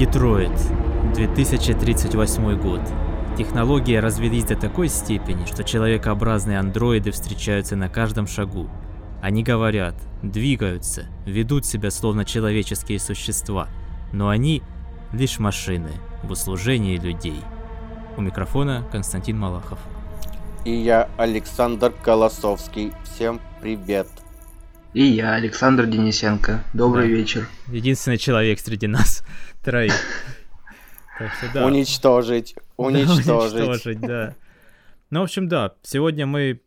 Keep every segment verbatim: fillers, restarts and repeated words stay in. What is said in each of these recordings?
Детройт, две тысячи тридцать восьмой год. Технологии развились до такой степени, что человекообразные андроиды встречаются на каждом шагу. Они говорят, двигаются, ведут себя словно человеческие существа, но они лишь машины в услужении людей. У микрофона Константин Малахов. И я, Александр Колосовский. Всем привет. И я, Александр Денисенко. Добрый Да. вечер. Единственный человек среди нас троих. Так что да. Уничтожить, уничтожить. Да, уничтожить, да. Ну, в общем, да, сегодня мы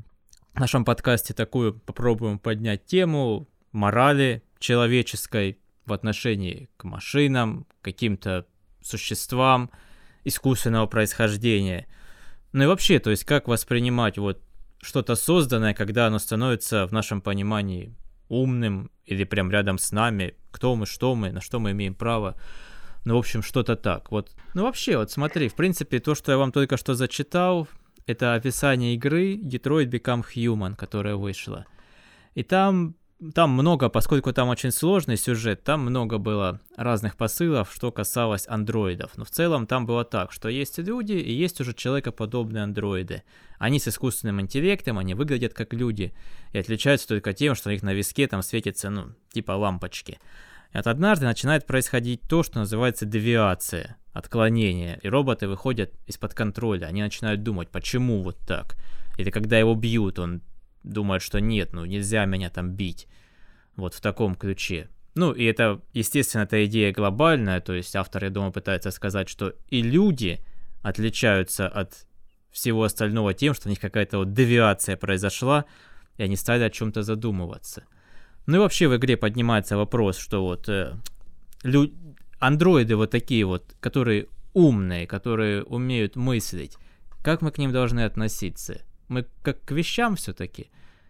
в нашем подкасте такую попробуем поднять тему морали человеческой в отношении к машинам, к каким-то существам искусственного происхождения. Ну и вообще, то есть как воспринимать вот что-то созданное, когда оно становится в нашем понимании умным или прям рядом с нами, кто мы, что мы, на что мы имеем право. Ну, в общем, что-то так. Вот. Ну, вообще, вот смотри, в принципе, то, что я вам только что зачитал, это описание игры Detroit Become Human, которая вышла. И там, там много, поскольку там очень сложный сюжет, там много было разных посылов, что касалось андроидов. Но в целом там было так, что есть люди и есть уже человекоподобные андроиды. Они с искусственным интеллектом, они выглядят как люди и отличаются только тем, что у них на виске там светятся, ну, типа лампочки. И вот однажды начинает происходить то, что называется девиация, отклонение, и роботы выходят из-под контроля. Они начинают думать, почему вот так. Или когда его бьют, он думает, что нет, ну нельзя меня там бить. Вот в таком ключе. Ну и это, естественно, эта идея глобальная, то есть автор, я думаю, пытается сказать, что и люди отличаются от всего остального тем, что у них какая-то вот девиация произошла, и они стали о чем-то задумываться. Ну и вообще в игре поднимается вопрос, что вот э, лю- андроиды вот такие вот, которые умные, которые умеют мыслить, как мы к ним должны относиться? Мы как к вещам все-таки?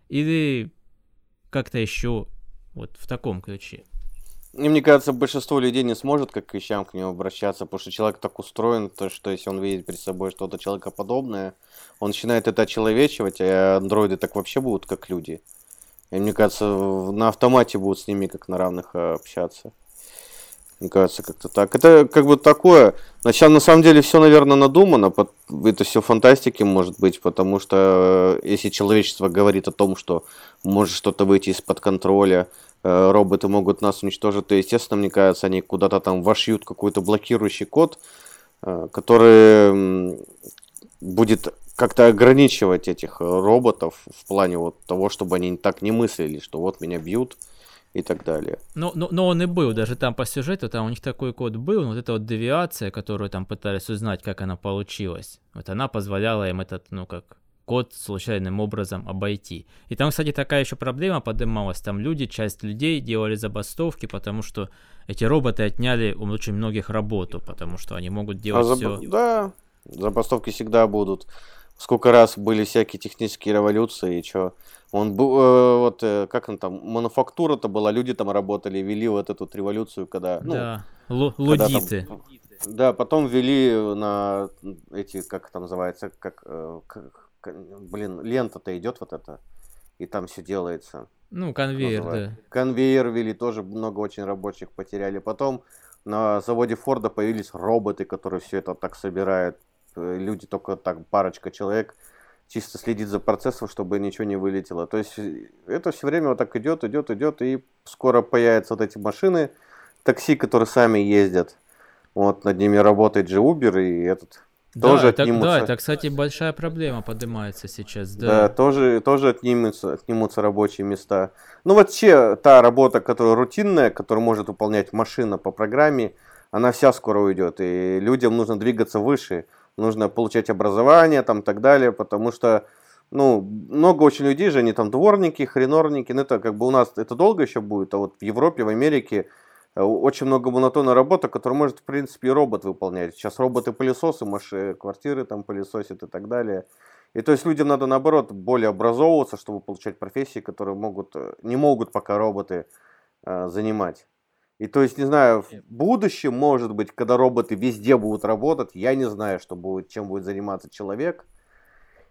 Или как-то еще вот в таком ключе? И мне кажется, большинство людей не сможет как к вещам к нему обращаться, потому что человек так устроен, то, что если он видит перед собой что-то человекоподобное, он начинает это очеловечивать, а андроиды так вообще будут как люди. И мне кажется, на автомате будут с ними как на равных общаться. Мне кажется, как-то так. Это как бы такое. Начало, на самом деле все, наверное, надумано. Это все фантастики может быть, потому что если человечество говорит о том, что может что-то выйти из-под контроля, роботы могут нас уничтожить, то, естественно, мне кажется, они куда-то там вошьют какой-то блокирующий код, который будет как-то ограничивать этих роботов в плане вот того, чтобы они так не мыслили, что вот меня бьют и так далее. Но, но, но он и был, даже там по сюжету, там у них такой код был, вот эта вот девиация, которую там пытались узнать, как она получилась, вот она позволяла им этот, ну как, код случайным образом обойти. И там, кстати, такая еще проблема поднималась, там люди, часть людей делали забастовки, потому что эти роботы отняли у очень многих работу, потому что они могут делать а все... Заб... Да, забастовки всегда будут. Сколько раз были всякие технические революции, и что? Он был, э, вот, э, как он там, мануфактура-то была, люди там работали, вели вот эту вот революцию, когда... Ну, да, Л- лудиты. Там, да, потом ввели на эти, как это называется, как, э, как, блин, лента-то идет вот это, и там все делается. Ну, конвейер, да. Конвейер ввели, тоже много очень рабочих потеряли. Потом на заводе Форда появились роботы, которые все это так собирают. Люди только так, парочка человек, чисто следит за процессом, чтобы ничего не вылетело. То есть это все время вот так идет, идет, идет, и скоро появятся вот эти машины, такси, которые сами ездят. Вот над ними работает же Uber, и этот да, тоже это, отнимутся. Да, это, кстати, большая проблема поднимается сейчас. Да, да тоже, тоже отнимутся, отнимутся рабочие места. Ну вообще, та работа, которая рутинная, которую может выполнять машина по программе, она вся скоро уйдет, и людям нужно двигаться выше. Нужно получать образование, там, и так далее, потому что, ну, много очень людей же, они там дворники, хренорники, ну, это как бы у нас, это долго еще будет, а вот в Европе, в Америке очень много монотонной работы, которую может, в принципе, и робот выполнять. Сейчас роботы-пылесосы, машины, квартиры там пылесосят и так далее. И то есть людям надо, наоборот, более образовываться, чтобы получать профессии, которые могут, не могут пока роботы э, занимать. И то есть, не знаю, в будущем, может быть, когда роботы везде будут работать, я не знаю, что будет, чем будет заниматься человек.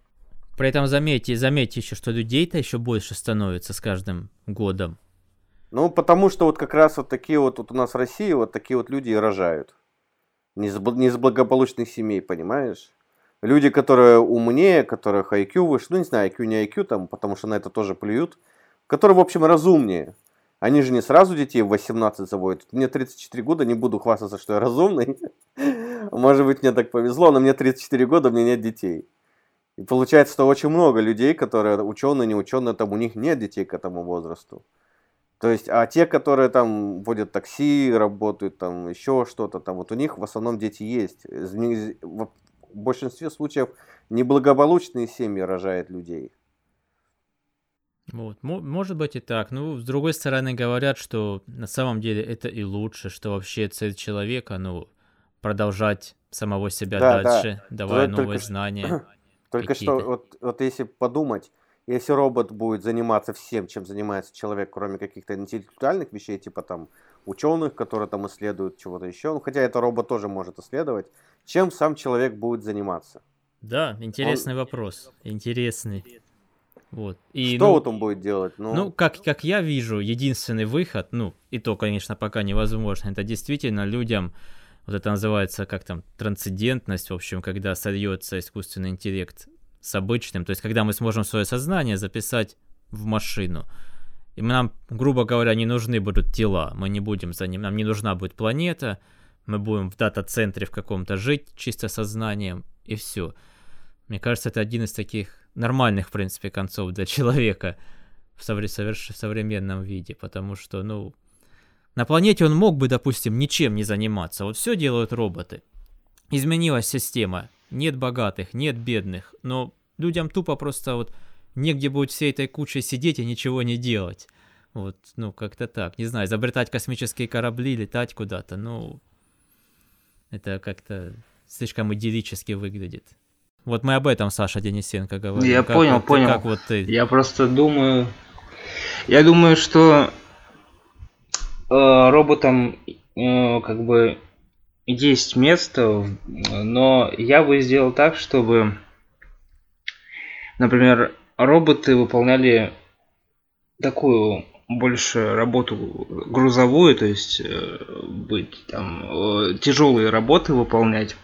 При этом заметьте, заметьте еще, что людей-то еще больше становится с каждым годом. Ну, потому что вот как раз вот такие вот, вот у нас в России вот такие вот люди и рожают. Не из, бл- не из благополучных семей, понимаешь? Люди, которые умнее, которых ай кью выше, ну не знаю, ай кью не ай кью там, потому что на это тоже плюют, которые, в общем, разумнее. Они же не сразу детей в восемнадцать заводят. Мне тридцать четыре года, не буду хвастаться, что я разумный. Может быть, мне так повезло, но мне тридцать четыре года, у меня нет детей. И получается, что очень много людей, которые ученые, не ученые, там у них нет детей к этому возрасту. То есть, а те, которые там водят такси, работают там еще что-то, там вот у них в основном дети есть. Из них- В большинстве случаев неблагополучные семьи рожают людей. Вот, мо- может быть и так. Ну, с другой стороны, говорят, что на самом деле это и лучше, что вообще цель человека, ну, продолжать самого себя Да, да. дальше, давая Только, новые ш- знания только что, какие-то. вот, вот если подумать, если робот будет заниматься всем, чем занимается человек, кроме каких-то интеллектуальных вещей, типа там ученых, которые там исследуют чего-то еще, ну, хотя это робот тоже может исследовать, чем сам человек будет заниматься? Да, Он, интересный вопрос, интересный. Вот. И, что ну, вот он будет делать? ну, Ну, как, как я вижу, единственный выход, ну, и то, конечно, пока невозможно, это действительно людям, вот это называется, как там, трансцендентность, в общем, когда сольется искусственный интеллект с обычным, то есть когда мы сможем свое сознание записать в машину, и мы, нам, грубо говоря, не нужны будут тела, мы не будем за ним, нам не нужна будет планета, мы будем в дата-центре в каком-то жить чисто сознанием, и все. Мне кажется, это один из таких нормальных, в принципе, концов для человека в, совре- соверш- в современном виде, потому что, ну, на планете он мог бы, допустим, ничем не заниматься, вот все делают роботы. Изменилась система, нет богатых, нет бедных, но людям тупо просто вот негде будет всей этой кучей сидеть и ничего не делать. Вот, ну, как-то так, не знаю, изобретать космические корабли, летать куда-то, ну, это как-то слишком идиллически выглядит. Вот мы об этом, Саша Денисенко, говорим. Я Как понял, вот ты- понял. Как вот ты? Я просто думаю... Я думаю, что э, роботам э, как бы есть место, в- но я бы сделал так, чтобы, например, роботы выполняли такую больше работу грузовую, то есть э, быть там тяжелые работы выполнять,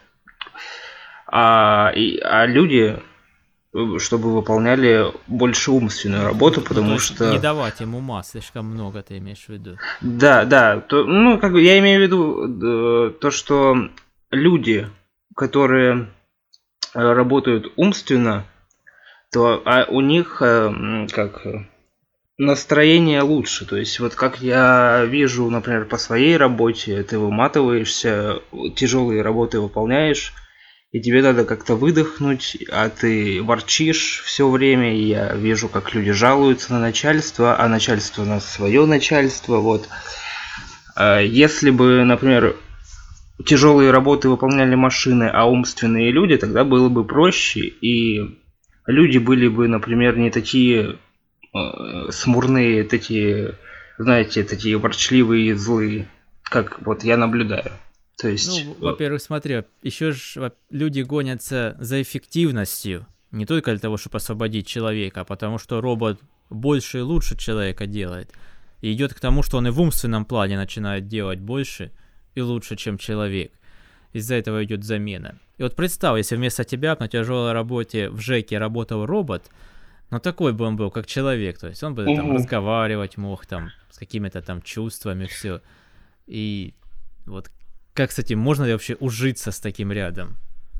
а, и, а люди, э, чтобы выполняли больше умственную работу, Ну, то потому есть что... не давать им ума слишком много, ты имеешь в виду. Да, да. То, ну, как бы я имею в виду э, то, что люди, которые э, работают умственно, то а у них э, м, как э, настроение лучше. То есть, вот как я вижу, например, по своей работе, ты выматываешься, тяжелые работы выполняешь, и тебе надо как-то выдохнуть, а ты ворчишь все время, и я вижу, как люди жалуются на начальство, а начальство у нас свое начальство, вот. А если бы, например, тяжелые работы выполняли машины, а умственные люди, тогда было бы проще, и люди были бы, например, не такие э, смурные, такие, знаете, такие ворчливые и злые, как вот я наблюдаю. То есть... Ну, во-первых, смотри, еще же люди гонятся за эффективностью, не только для того, чтобы освободить человека, а потому что робот больше и лучше человека делает. И идет к тому, что он и в умственном плане начинает делать больше и лучше, чем человек. Из-за этого идет замена. И вот представь, если вместо тебя на тяжелой работе в ЖЭКе работал робот, ну такой бы он был, как человек, то есть он бы там Мгм. разговаривать мог, там, с какими-то там чувствами, все. И вот как, кстати, можно ли вообще ужиться с таким рядом?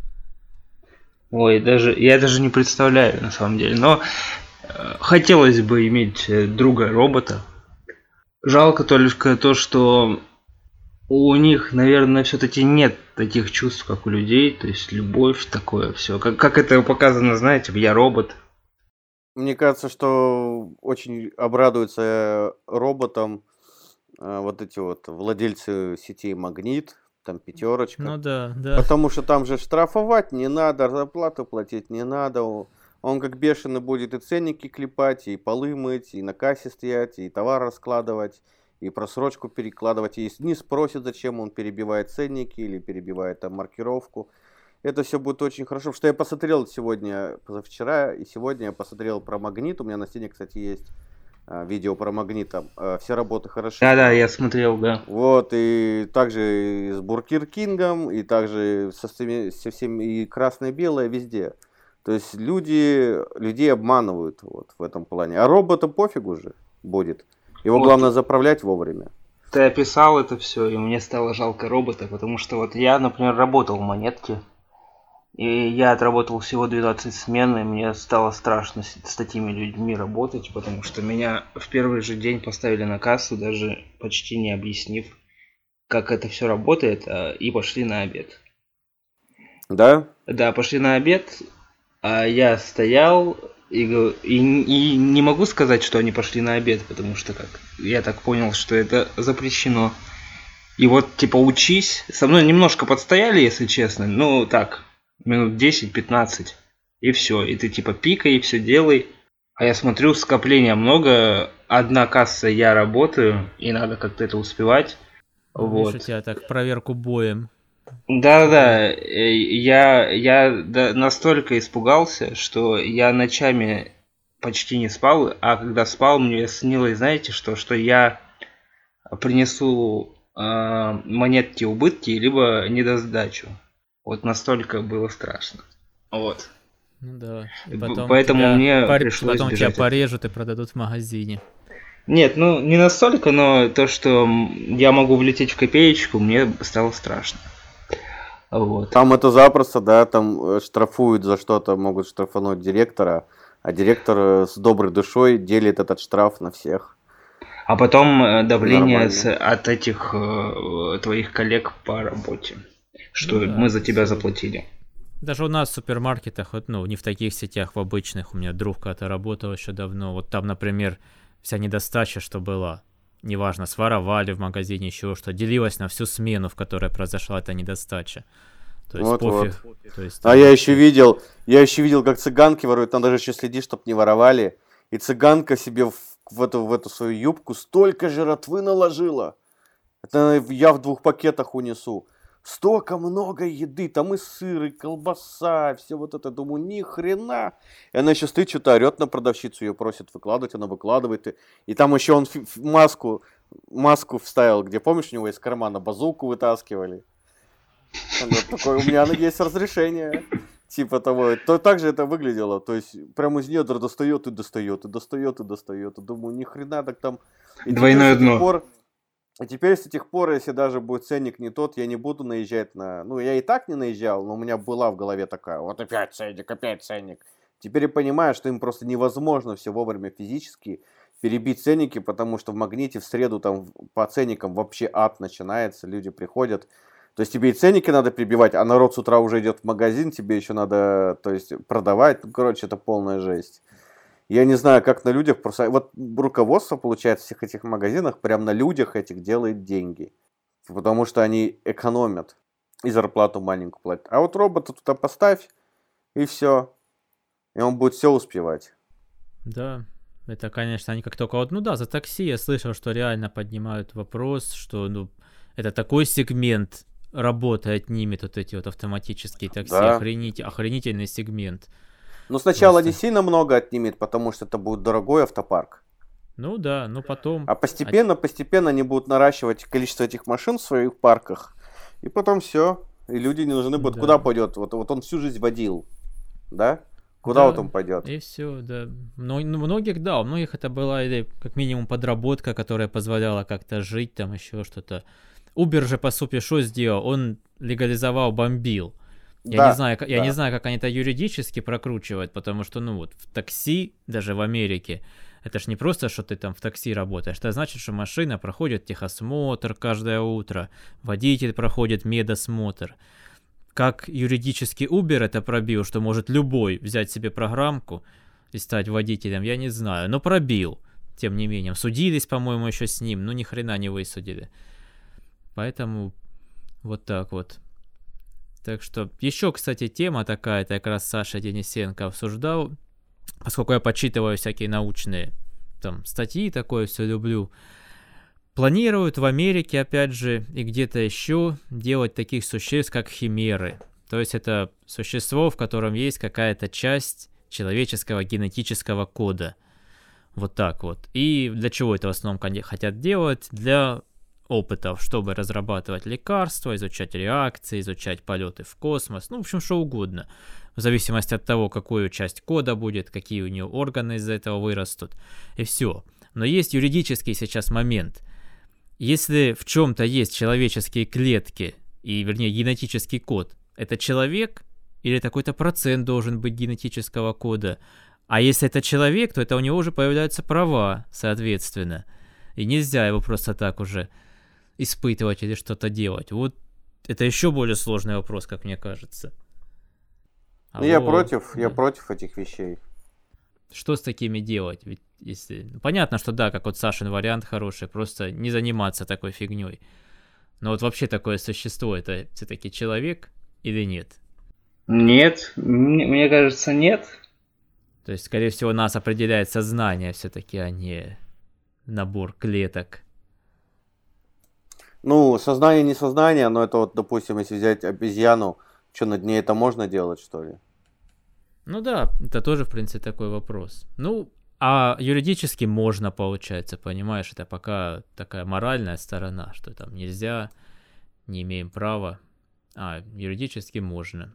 Ой, даже я даже не представляю на самом деле. Но э, хотелось бы иметь э, друга робота. Жалко только то, что у них, наверное, все-таки нет таких чувств, как у людей. То есть любовь, такое все. Как, как это показано, знаете, в «Я робот». мне кажется, что очень обрадуются роботам э, вот эти вот владельцы сетей «Магнит», там «Пятерочка». Ну да, да. Потому что там же штрафовать не надо, зарплату платить не надо. О- Он как бешеный будет и ценники клепать, и полы мыть, и на кассе стоять, и товар раскладывать, и просрочку перекладывать. И не спросит, зачем он перебивает ценники или перебивает там маркировку. Это все будет очень хорошо. Потому что я посмотрел сегодня, позавчера и сегодня я посмотрел про «Магнит». У меня на стене, кстати, есть видео про Магнита, все работы хороши. Да-да, я смотрел, да. Вот, и также и с Бургер Кингом, и также со всеми, со всеми и красное-белое везде. То есть люди, людей обманывают вот в этом плане. А роботу пофигу же будет. Его вот. Главное заправлять вовремя. Ты описал это все, и мне стало жалко робота, потому что вот я, например, работал в Монетке, и я отработал всего двенадцать смен, и мне стало страшно с, с такими людьми работать, потому что меня в первый же день поставили на кассу, даже почти не объяснив, как это все работает, и пошли на обед. Да? Да, пошли на обед, а я стоял и, и, и не могу сказать, что они пошли на обед, потому что как я так понял, что это запрещено. И вот типа учись, со мной немножко подстояли, если честно, ну так, минут десять-пятнадцать, и все, и ты типа пикай, и все делай. А я смотрю, скопления много, одна касса, я работаю, и надо как-то это успевать. Вот. У тебя так проверку боем. Да-да, я, я настолько испугался, что я ночами почти не спал, а когда спал, мне снилось, знаете что, что я принесу э, монетки убытки, либо недосдачу. Вот настолько было страшно. Вот. Ну да. И потом Поэтому тебя мне пор... пришлось Потом бежать. тебя порежут и продадут в магазине. Нет, ну не настолько, но то, что я могу влететь в копеечку, мне стало страшно. Вот. Там это запросто, да, там штрафуют за что-то, могут штрафануть директора, а директор с доброй душой делит этот штраф на всех. А потом давление с, от этих э, твоих коллег по работе, что ну, да, мы за тебя все. Заплатили. Даже у нас в супермаркетах, вот, ну, не в таких сетях, в обычных, у меня друг когда-то работал еще давно, вот там, например, вся недостача, что была, неважно, своровали в магазине, еще что, делилась на всю смену, в которой произошла эта недостача. То есть вот, пофиг. вот. То есть, а там... я еще видел, я еще видел, как цыганки воруют, там даже еще следи, чтобы не воровали, и цыганка себе в, в, эту, в эту свою юбку столько жратвы наложила. Это я в двух пакетах унесу. Столько много еды, там и сыр, и колбаса, все вот это. Думаю, ни хрена. И она еще стоит, что-то орет на продавщицу, ее просит выкладывать, она выкладывает. И, и там еще он фи- маску, маску вставил, где, помнишь, у него из кармана базуку вытаскивали. Вот такой, у меня есть разрешение. Типа того. То, так же это выглядело. То есть, прямо из недр достает и достает, и достает, и достает. И думаю, ни хрена, так там... И двойное дно. Пор... И теперь с тех пор, если даже будет ценник не тот, я не буду наезжать на... Ну, я и так не наезжал, но у меня была в голове такая, вот опять ценник, опять ценник. Теперь я понимаю, что им просто невозможно все вовремя физически перебить ценники, потому что в Магните в среду там по ценникам вообще ад начинается, люди приходят. То есть тебе и ценники надо прибивать, а народ с утра уже идет в магазин, тебе еще надо, то есть, продавать. Ну, короче, это полная жесть. Я не знаю, как на людях, просто вот руководство, получается, в всех этих магазинах прям на людях этих делает деньги. Потому что они экономят и зарплату маленькую платят. А вот робота туда поставь, и все. И он будет все успевать. Да, это, конечно, они как только вот, ну да, за такси я слышал, что реально поднимают вопрос, что, ну, это такой сегмент работы отнимет вот эти вот автоматические такси, да. Охренить, охренительный сегмент. Но сначала Просто... не сильно много отнимет, потому что это будет дорогой автопарк. Ну да, но потом... А постепенно, постепенно они будут наращивать количество этих машин в своих парках. И потом все. И люди не нужны будут. Да. Куда пойдет? Вот, вот он всю жизнь водил. Да? Куда да, вот он пойдет? И все, да. Но, у многих, да, у многих это была или, как минимум подработка, которая позволяла как-то жить, там еще что-то. Uber же, по сути, что сделал? Он легализовал бомбил. Я, да, не знаю, я да. не знаю, как они это юридически прокручивают, потому что, ну вот, в такси, даже в Америке, это ж не просто, что ты там в такси работаешь, это значит, что машина проходит техосмотр каждое утро, водитель проходит медосмотр. Как юридически Uber это пробил, что может любой взять себе программку и стать водителем, я не знаю, но пробил, тем не менее. Судились, по-моему, еще с ним, но ни хрена не высудили. Поэтому вот так вот. Так что еще, кстати, тема такая, это как раз Саша Денисенко обсуждал, поскольку я почитываю всякие научные там статьи, такое все люблю. Планируют в Америке, опять же, и где-то еще делать таких существ, как химеры. То есть это существо, в котором есть какая-то часть человеческого генетического кода. Вот так вот. И для чего это в основном хотят делать? Для опытов, чтобы разрабатывать лекарства, изучать реакции, изучать полеты в космос, ну, в общем, что угодно. В зависимости от того, какую часть кода будет, какие у нее органы из-за этого вырастут, и все. Но есть юридический сейчас момент. Если в чем-то есть человеческие клетки, и, вернее, генетический код, это человек или это какой-то процент должен быть генетического кода? А если это человек, то это у него уже появляются права, соответственно. И нельзя его просто так уже испытывать или что-то делать. Вот это еще более сложный вопрос, как мне кажется. А ну, я против, да. я против этих вещей. Что с такими делать? Ведь если... Понятно, что да, как вот Сашин вариант хороший, просто не заниматься такой фигней. Но вот вообще такое существо, это все-таки человек или нет? Нет, мне кажется, нет. То есть, скорее всего, нас определяет сознание все-таки, а не набор клеток. Ну, сознание не сознание, но это вот, допустим, если взять обезьяну, что над ней это можно делать, что ли? Ну да, это тоже, в принципе, такой вопрос. Ну, а юридически можно, получается, понимаешь, это пока такая моральная сторона, что там нельзя, не имеем права, а юридически можно.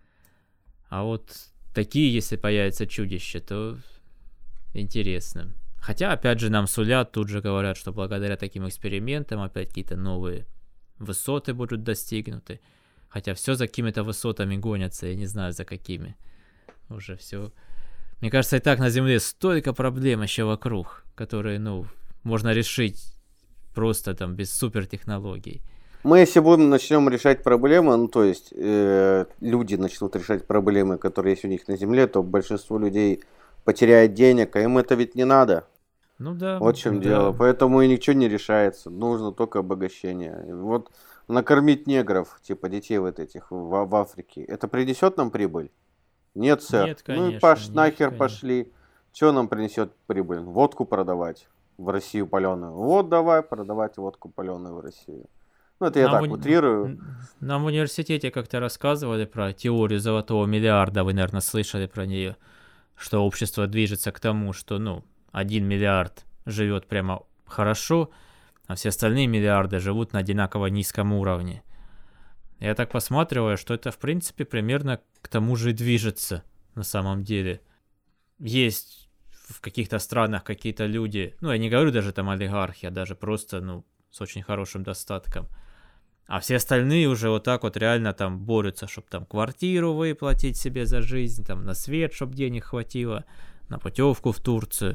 А вот такие, если появятся чудища, то интересно. Хотя, опять же, нам сулят, тут же говорят, что благодаря таким экспериментам опять какие-то новые высоты будут достигнуты. Хотя все за какими-то высотами гонятся, я не знаю за какими. Уже все. Мне кажется, и так на Земле столько проблем еще вокруг, которые, ну, можно решить просто там без супертехнологий. Мы, если будем начнем решать проблемы, ну, то есть э, люди начнут решать проблемы, которые есть у них на Земле, то большинство людей потеряет денег, а им это ведь не надо. Ну да. Вот в чем да. дело. Поэтому и ничего не решается. Нужно только обогащение. Вот накормить негров, типа детей вот этих в, в Африке, это принесет нам прибыль? Нет, сэр. Нет, конечно, ну и паш, нет, нахер конечно. пошли. Что нам принесет прибыль? Водку продавать в Россию паленую. Вот давай продавать водку паленую в Россию. Ну, это я нам так в... утрирую. Нам в университете как-то рассказывали про теорию золотого миллиарда, вы, наверное, слышали про нее, что общество движется к тому, что, ну, один миллиард живет прямо хорошо, а все остальные миллиарды живут на одинаково низком уровне. Я так посматриваю, что это, в принципе, примерно к тому же и движется на самом деле. Есть в каких-то странах какие-то люди, ну, я не говорю даже там олигархи, а даже просто, ну, с очень хорошим достатком. А все остальные уже вот так вот реально там борются, чтобы там квартиру выплатить себе за жизнь, там на свет, чтобы денег хватило, на путевку в Турцию.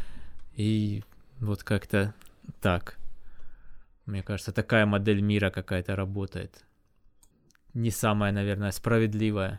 И вот как-то так. Мне кажется, такая модель мира какая-то работает. Не самая, наверное, справедливая.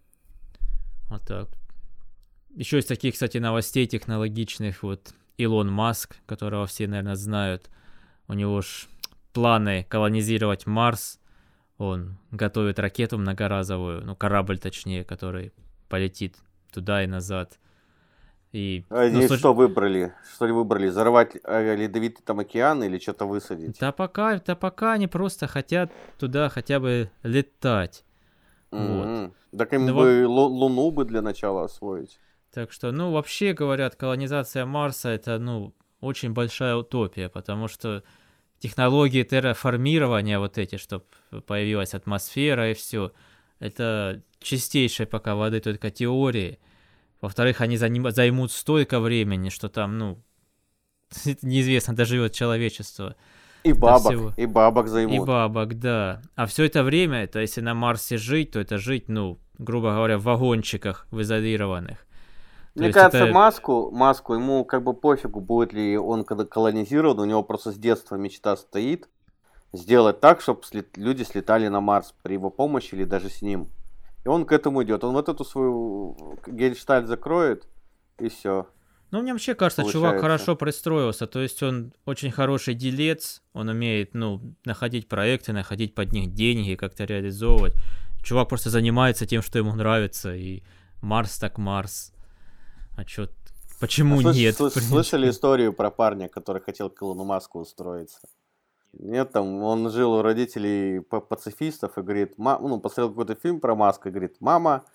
Вот так. Еще из таких, кстати, новостей технологичных, вот Илон Маск, которого все, наверное, знают. У него ж планы колонизировать Марс. Он готовит ракету многоразовую, ну, корабль точнее, который полетит туда и назад. И, Они ну, слуш... что выбрали? Что ли выбрали? Взорвать ледовитый там океан или что-то высадить? Да пока, да пока они просто хотят туда хотя бы летать. Mm-hmm. Вот. Так им да бы во... Луну бы для начала освоить. Так что, ну, вообще говорят, колонизация Марса это, ну, очень большая утопия, потому что технологии терраформирования вот эти, чтобы появилась атмосфера и все, это чистейшей пока воды только теории. Во-вторых, они заним... займут столько времени, что там, ну, неизвестно, доживет человечество. И бабок, и бабок займут. И бабок, да. А все это время, это если на Марсе жить, то это жить, ну, грубо говоря, в вагончиках, в изолированных. То Мне кажется, это... Маску, Маску, ему как бы пофигу, будет ли он когда колонизирован, у него просто с детства мечта стоит сделать так, чтобы люди слетали на Марс при его помощи или даже с ним. И он к этому идет. Он вот эту свою гельштальт закроет, и все. Ну, мне вообще кажется, получается. Чувак хорошо пристроился. То есть он очень хороший делец, он умеет, ну, находить проекты, находить под них деньги, как-то реализовывать. Чувак просто занимается тем, что ему нравится, и Марс так Марс. А чё, почему а нет? Слыш, слышали историю про парня, который хотел к Илону Маску устроиться? Нет, там он жил у родителей пацифистов и говорит, ма, ну, посмотрел какой-то фильм про Маска и говорит, мама,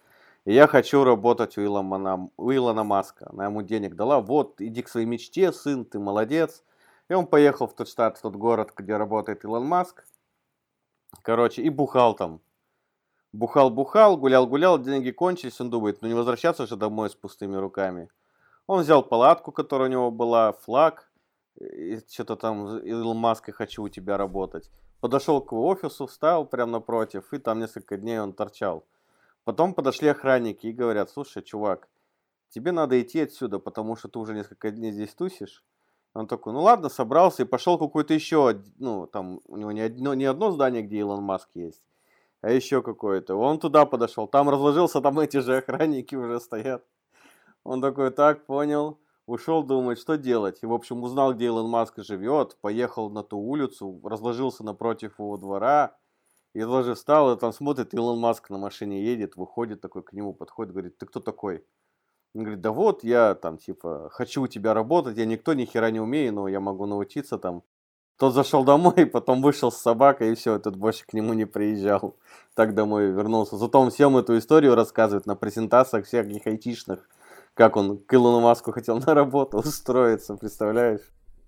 и я хочу работать у Илона, у Илона Маска. Она ему денег дала, вот, иди к своей мечте, сын, ты молодец. И он поехал в тот штат, в тот город, где работает Илон Маск. Короче, и бухал там. Бухал-бухал, гулял-гулял, деньги кончились, он думает, ну не возвращаться же домой с пустыми руками. Он взял палатку, которая у него была, флаг, и что-то там, Илон Маск, я хочу у тебя работать. Подошел к его офису, встал прямо напротив, и там несколько дней он торчал. Потом подошли охранники и говорят, слушай, чувак, тебе надо идти отсюда, потому что ты уже несколько дней здесь тусишь. Он такой, ну ладно, собрался и пошел какой-то еще, ну там у него не одно, не одно здание, где Илон Маск есть, а еще какое-то. Он туда подошел, там разложился, там эти же охранники уже стоят. Он такой, так, понял, ушел, думает, что делать. И, в общем, узнал, где Илон Маск живет, поехал на ту улицу, разложился напротив его двора, и тоже встал, и там смотрит, Илон Маск на машине едет, выходит такой к нему, подходит, говорит, ты кто такой? Он говорит, да вот, я там, типа, хочу у тебя работать, я никто ни хера не умею, но я могу научиться там. Тот зашел домой, потом вышел с собакой, и все, тот больше к нему не приезжал. Так домой вернулся. Зато он всем эту историю рассказывает на презентациях всяких айтишных, как он к Илону Маску хотел на работу устроиться, представляешь?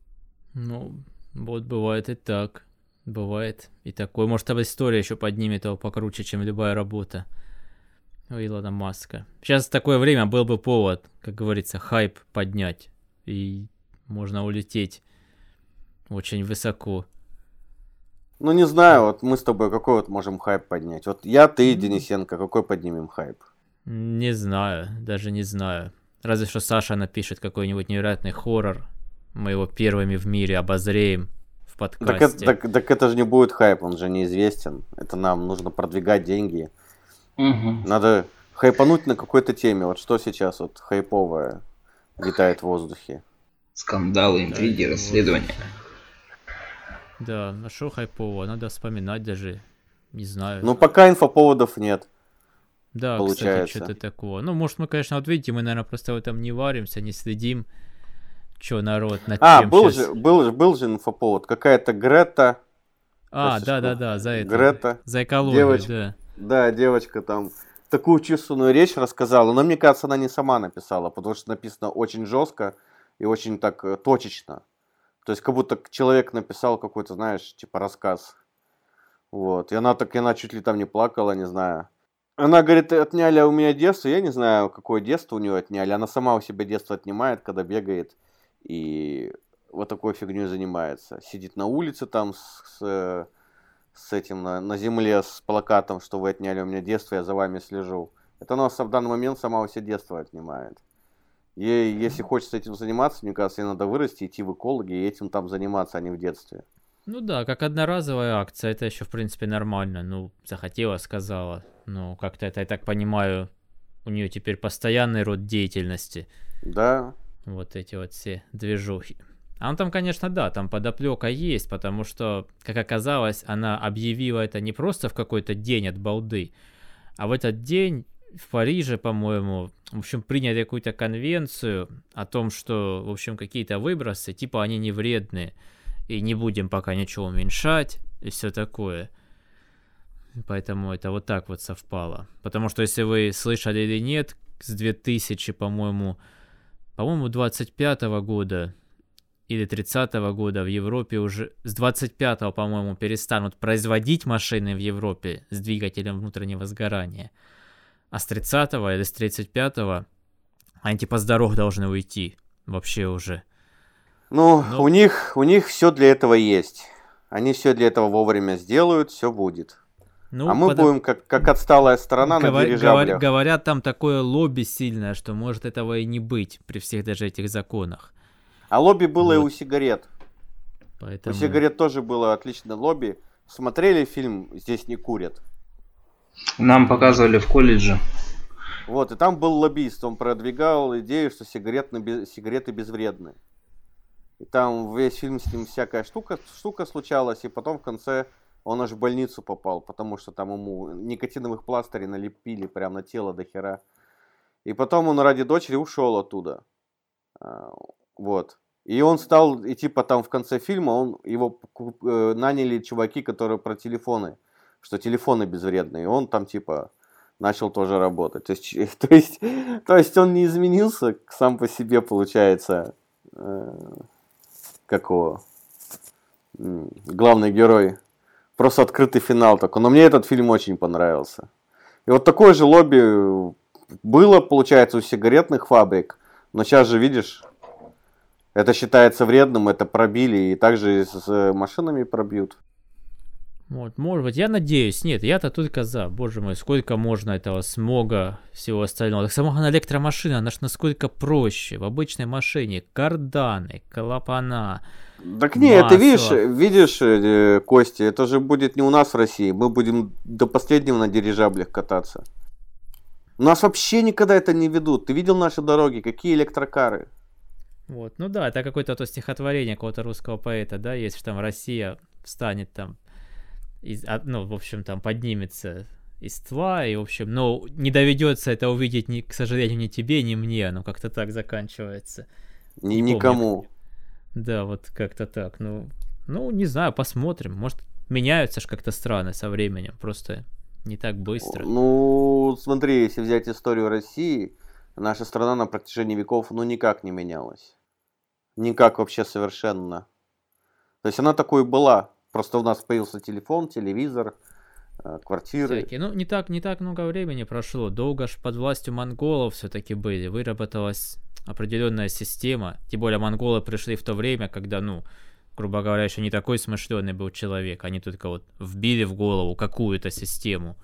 Ну, вот бывает и так. Бывает и такое. Может, эта история еще поднимет его покруче, чем любая работа у Илона Маска. Сейчас такое время, был бы повод, как говорится, хайп поднять. И можно улететь очень высоко. Ну, не знаю, вот мы с тобой какой вот можем хайп поднять? Вот я, ты и Денисенко, какой поднимем хайп? Не знаю, даже не знаю. Разве что Саша напишет какой-нибудь невероятный хоррор. Мы его первыми в мире обозреем в подкасте. Так, так, так это же не будет хайп, он же неизвестен. Это нам нужно продвигать деньги. Угу. Надо хайпануть на какой-то теме. Вот что сейчас вот хайповое витает в воздухе. Скандалы, интриги, Да, расследования. Да, а шо хайпового? Надо вспоминать даже. Не знаю. Ну, пока инфоповодов нет. Да, получается. кстати, что-то такого. Ну, может, мы, конечно, вот видите, мы, наверное, просто в этом не варимся, не следим, что народ над А, чем был щас- же, был, же- был же инфоповод. Какая-то Грета. А, Прости, да-да-да, за это. Грета. За экологию, Девочка. да. Да, девочка там такую чувственную речь рассказала. Но мне кажется, она не сама написала, потому что написано очень жестко и очень так э, точечно. То есть, как будто человек написал какой-то, знаешь, типа рассказ. Вот. И она так, и она чуть ли там не плакала, не знаю. Она говорит, отняли у меня детство. Я не знаю, какое детство у нее отняли. Она сама у себя детство отнимает, когда бегает и вот такой фигней занимается. Сидит на улице там с, с, с этим на, на земле, с плакатом, что вы отняли у меня детство, я за вами слежу. Это она в данный момент сама у себя детство отнимает. Ей, если хочется этим заниматься, мне кажется, ей надо вырасти, идти в экологи и этим там заниматься, а не в детстве. Ну да, как одноразовая акция, это еще, в принципе, нормально. Ну, захотела, сказала. Ну, как-то это, я так понимаю, у нее теперь постоянный род деятельности. Да. Вот эти вот все движухи. А он там, конечно, да, там подоплека есть, потому что, как оказалось, она объявила это не просто в какой-то день от балды, а в этот день в Париже, по-моему, в общем, приняли какую-то конвенцию о том, что, в общем, какие-то выбросы, типа, они не вредные, и не будем пока ничего уменьшать, и все такое. Поэтому это вот так вот совпало. Потому что, если вы слышали или нет, с две тысячи, по-моему, по-моему, двадцать пятого года или тридцатого года в Европе уже, с двадцать пятого, по-моему, перестанут производить машины в Европе с двигателем внутреннего сгорания. А с тридцатого или с тридцать пятого они типа с дорог должны уйти вообще уже. Ну, Но- у них, у них все для этого есть. Они все для этого вовремя сделают, все будет. Ну, а мы подо- будем как, как отсталая сторона на Говор- дирижаблях. говор- Говорят, там такое лобби сильное, что может этого и не быть при всех даже этих законах. А лобби было и Вот. у сигарет. Поэтому... У сигарет тоже было отличное лобби. Смотрели фильм «Здесь не курят»? Нам показывали в колледже. Вот, и там был лоббист, он продвигал идею, что сигареты, без- сигареты безвредны. И там весь фильм с ним всякая штука, штука случалась, и потом в конце он аж в больницу попал, потому что там ему никотиновых пластырей налепили прямо на тело до хера. И потом он ради дочери ушел оттуда. А, Вот. И он стал, и типа там в конце фильма он, его ку- э, наняли чуваки, которые про телефоны, что телефоны безвредные. И он там типа начал тоже работать. То есть, то есть, то есть он не изменился сам по себе, получается, э, какого главный герой. Просто открытый финал такой. Но мне этот фильм очень понравился. И вот такое же лобби было, получается, у сигаретных фабрик. Но сейчас же, видишь, это считается вредным, это пробили. И также с машинами пробьют. Вот, может быть, я надеюсь. Нет, я-то только за. Боже мой, сколько можно этого смога, всего остального. Так сама на электромашина, она ж насколько проще. В обычной машине карданы, клапана. Так не, это видишь, видишь, Костя, это же будет не у нас в России. Мы будем до последнего на дирижаблях кататься. У нас вообще никогда это не ведут. Ты видел наши дороги? Какие электрокары? Вот, ну да, это какое-то то стихотворение какого-то русского поэта, да, если там Россия встанет там, из, ну, в общем, там поднимется из тла, и, в общем, ну, не доведется это увидеть, ни, к сожалению, ни тебе, ни мне, оно как-то так заканчивается. Ни, не никому. Помню. Да, вот как-то так. Ну, ну, не знаю, посмотрим. Может, меняются ж как-то страны со временем. Просто не так быстро. Ну, смотри, если взять историю России, наша страна на протяжении веков, ну, никак не менялась. Никак вообще совершенно. То есть она такой была. Просто у нас появился телефон, телевизор, квартиры. Всякие. Ну, не так, не так много времени прошло. Долго ж под властью монголов все-таки были. Выработалась определенная система. Тем более монголы пришли в то время, когда, ну, грубо говоря, еще не такой смышленый был человек. Они только вот вбили в голову какую-то систему.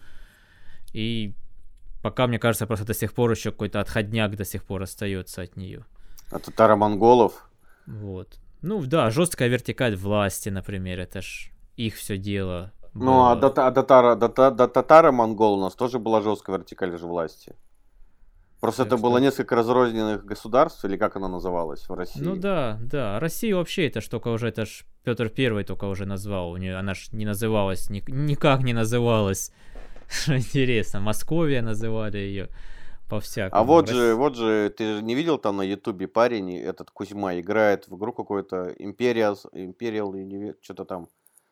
И пока, мне кажется, просто до сих пор еще какой-то отходняк до сих пор остается от нее. От татаро-монголов? Вот. Ну, да, жесткая вертикаль власти, например, это ж их все дело. Было. Ну, а до, до, до, до, до татаро-монгол у нас тоже была жесткая вертикаль же власти. Просто так это что... было несколько разрозненных государств, или как оно называлось в России? Ну да, да. Россия вообще это ж только уже, это ж Петр Первый только уже назвал. У нее она ж не называлась, ни, никак не называлась. Интересно, Московия называли ее по-всякому. А вот же, вот же, ты же не видел там на Ютубе парень, этот Кузьма, играет в игру какой-то Imperial, Imperial, что-то там.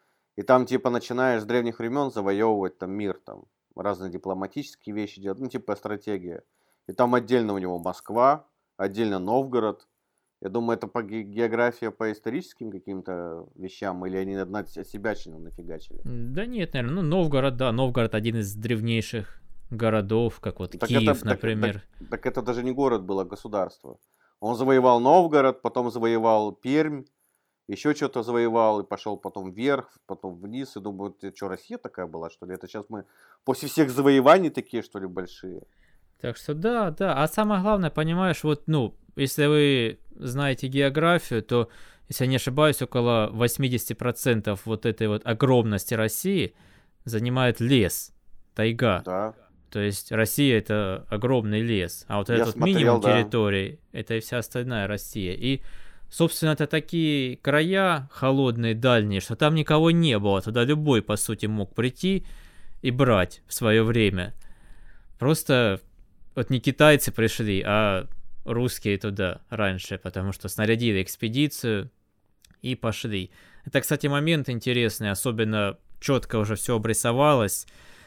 И там типа начинаешь с древних времен завоевывать там мир, там разные дипломатические вещи делать, ну типа стратегия. И там отдельно у него Москва, отдельно Новгород. Я думаю, это по географии, по историческим каким-то вещам, или они от себя чином нафигачили? Да нет, наверное, ну Новгород, да, Новгород один из древнейших городов, как вот так Киев, это, например. Так, так, так это даже не город было, а государство. Он завоевал Новгород, потом завоевал Пермь, еще что-то завоевал, и пошел потом вверх, потом вниз, и думаю, это что, Россия такая была, что ли? Это сейчас мы после всех завоеваний такие, что ли, большие? Так что да, да. А самое главное, понимаешь, вот, ну, если вы знаете географию, то, если я не ошибаюсь, около восемьдесят процентов вот этой вот огромности России занимает лес, тайга. Да. То есть Россия — это огромный лес, а вот я этот смотрел, минимум да. территории — это и вся остальная Россия. И, собственно, это такие края холодные, дальние, что там никого не было. Туда любой, по сути, мог прийти и брать в свое время. Просто... Вот не китайцы пришли, а русские туда раньше, потому что снарядили экспедицию и пошли. Это, кстати, момент интересный, особенно четко уже все обрисовалось,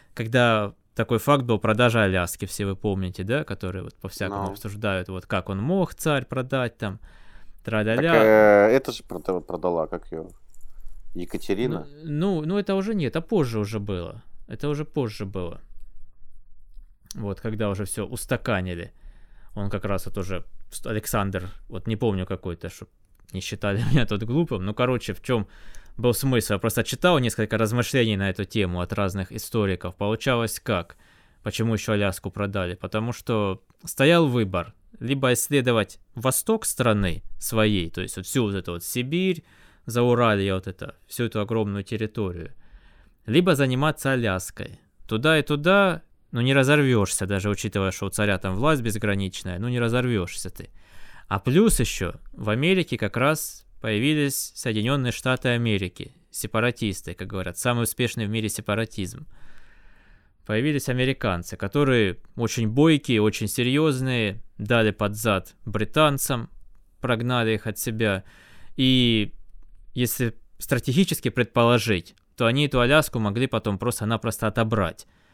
когда такой факт был продажа Аляски, все вы помните, да, которые вот по-всякому no. обсуждают, вот как он мог, царь, продать там, тра-ля-ля. Так, э, это же продала, как ее, Екатерина? Ну, ну, ну, это уже нет, а позже уже было, это уже позже было. Вот, когда уже все устаканили. Он как раз вот уже, Александр, вот не помню какой-то, чтобы не считали меня тут глупым. Ну, короче, в чем был смысл? Я просто читал несколько размышлений на эту тему от разных историков. Получалось как? Почему еще Аляску продали? Потому что стоял выбор. Либо исследовать восток страны своей, то есть вот всю вот эту вот Сибирь, Зауралье, вот это, всю эту огромную территорию. Либо заниматься Аляской. Туда и туда... Ну, не разорвешься, даже учитывая, что у царя там власть безграничная, ну, не разорвешься ты. А плюс еще в Америке как раз появились Соединенные Штаты Америки, сепаратисты, как говорят, самый успешный в мире сепаратизм. Появились американцы, которые очень бойкие, очень серьезные, дали под зад британцам, прогнали их от себя. И если стратегически предположить, то они эту Аляску могли потом просто-напросто отобрать.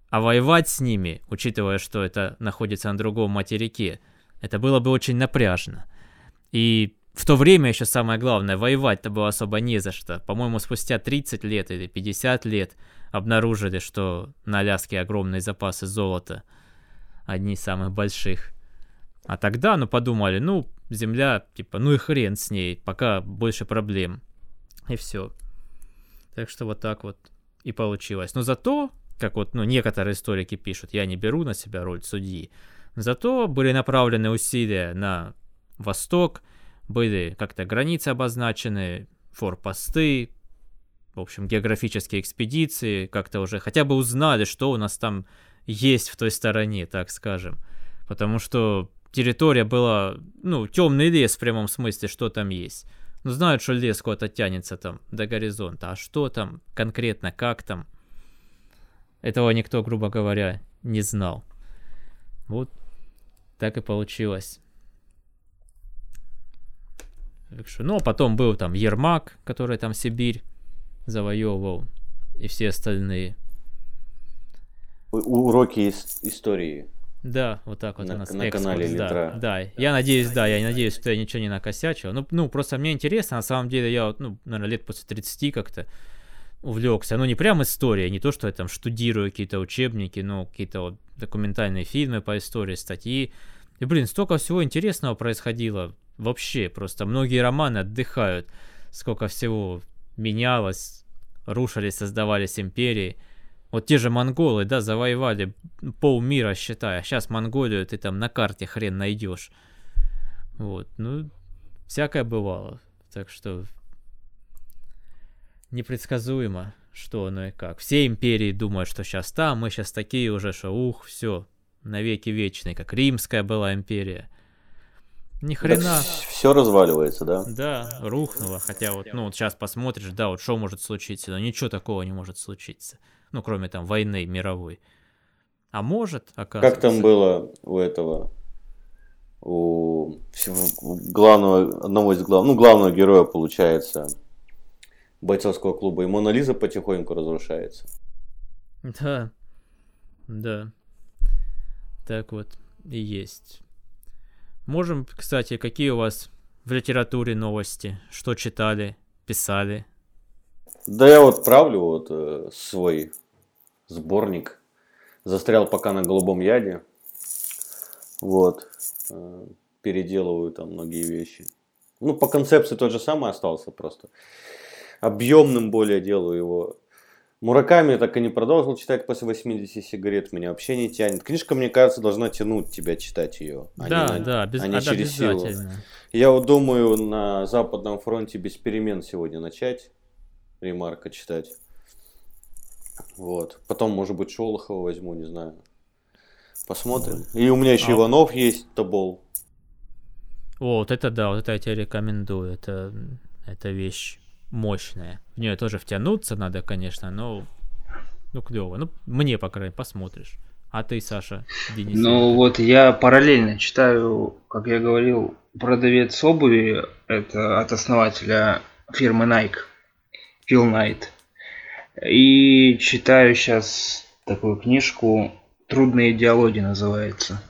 А воевать с ними, учитывая, что это находится на другом материке, это было бы очень напряжно. И в то время еще самое главное, воевать-то было особо не за что. По-моему, спустя тридцать лет или пятьдесят лет обнаружили, что на Аляске огромные запасы золота, одни из самых больших. А тогда, ну, подумали, ну, земля, типа, ну и хрен с ней, пока больше проблем. И все. Так что вот так вот и получилось. Но зато, как вот, ну, некоторые историки пишут, я не беру на себя роль судьи, зато были направлены усилия на восток, были как-то границы обозначены, форпосты, в общем, географические экспедиции, как-то уже хотя бы узнали, что у нас там есть в той стороне, так скажем. Потому что территория была, ну, темный лес в прямом смысле, что там есть. Ну, знают, что лес куда-то тянется там до горизонта, а что там конкретно, как там, этого никто, грубо говоря, не знал. Вот так и получилось. Так что, ну, а потом был там Ермак, который там Сибирь завоевывал, и все остальные. Уроки из истории. Да, вот так вот на, у нас на экскурс, канале да, Литра. да. Я надеюсь, да, я надеюсь, что я ничего не накосячил. Ну, ну, просто мне интересно, на самом деле, я вот, ну, наверное, лет после тридцати как-то увлекся. Ну, не прям история, не то, что я там штудирую какие-то учебники, но какие-то вот документальные фильмы по истории, статьи. И, блин, столько всего интересного происходило вообще. Просто многие романы отдыхают, сколько всего менялось, рушились, создавались империи. Вот те же монголы, да, завоевали полмира, считай, а сейчас Монголию ты там на карте хрен найдешь. Вот, ну, всякое бывало. Так что непредсказуемо, что оно и как. Все империи думают, что сейчас там, мы сейчас такие уже, что ух, все, навеки вечные, как Римская была империя. Ни хрена. Все разваливается, да? Да, рухнуло. Хотя вот, ну, вот сейчас посмотришь, да, вот что может случиться, но ничего такого не может случиться. Ну, кроме там войны мировой. А может, оказывается. Как там было у этого, у главного, одного из главных, ну, главного героя, получается, бойцовского клуба, и Мона Лиза потихоньку разрушается. Да, да. Так вот и есть. Можем, кстати, какие у вас в литературе новости? Что читали, писали? Да я вот правлю вот э, свой сборник. Застрял пока на Голубом Яде. Вот. Э, переделываю там многие вещи. Ну, по концепции тот же самый остался просто. Объемным более делаю его. Мураками я так и не продолжил читать после восьмидесяти сигарет. Меня вообще не тянет. Книжка, мне кажется, должна тянуть тебя читать ее. А да, не, да, без, а не через силу. Я вот думаю на Западном фронте без перемен сегодня начать. Ремарка читать. Вот. Потом, может быть, Шолохова возьму, не знаю. Посмотрим. И у меня еще а... Иванов есть, Тобол. О, вот это да, вот это я тебе рекомендую. Это, это вещь мощная. В нее тоже втянуться надо, конечно, но ну клево. Ну, мне, по крайней мере, посмотришь. А ты, Саша, Денис? Ну вот я параллельно читаю, как я говорил, «Продавец обуви». Это от основателя фирмы Nike. Фил Найт. И читаю сейчас такую книжку «Трудные диалоги» называется.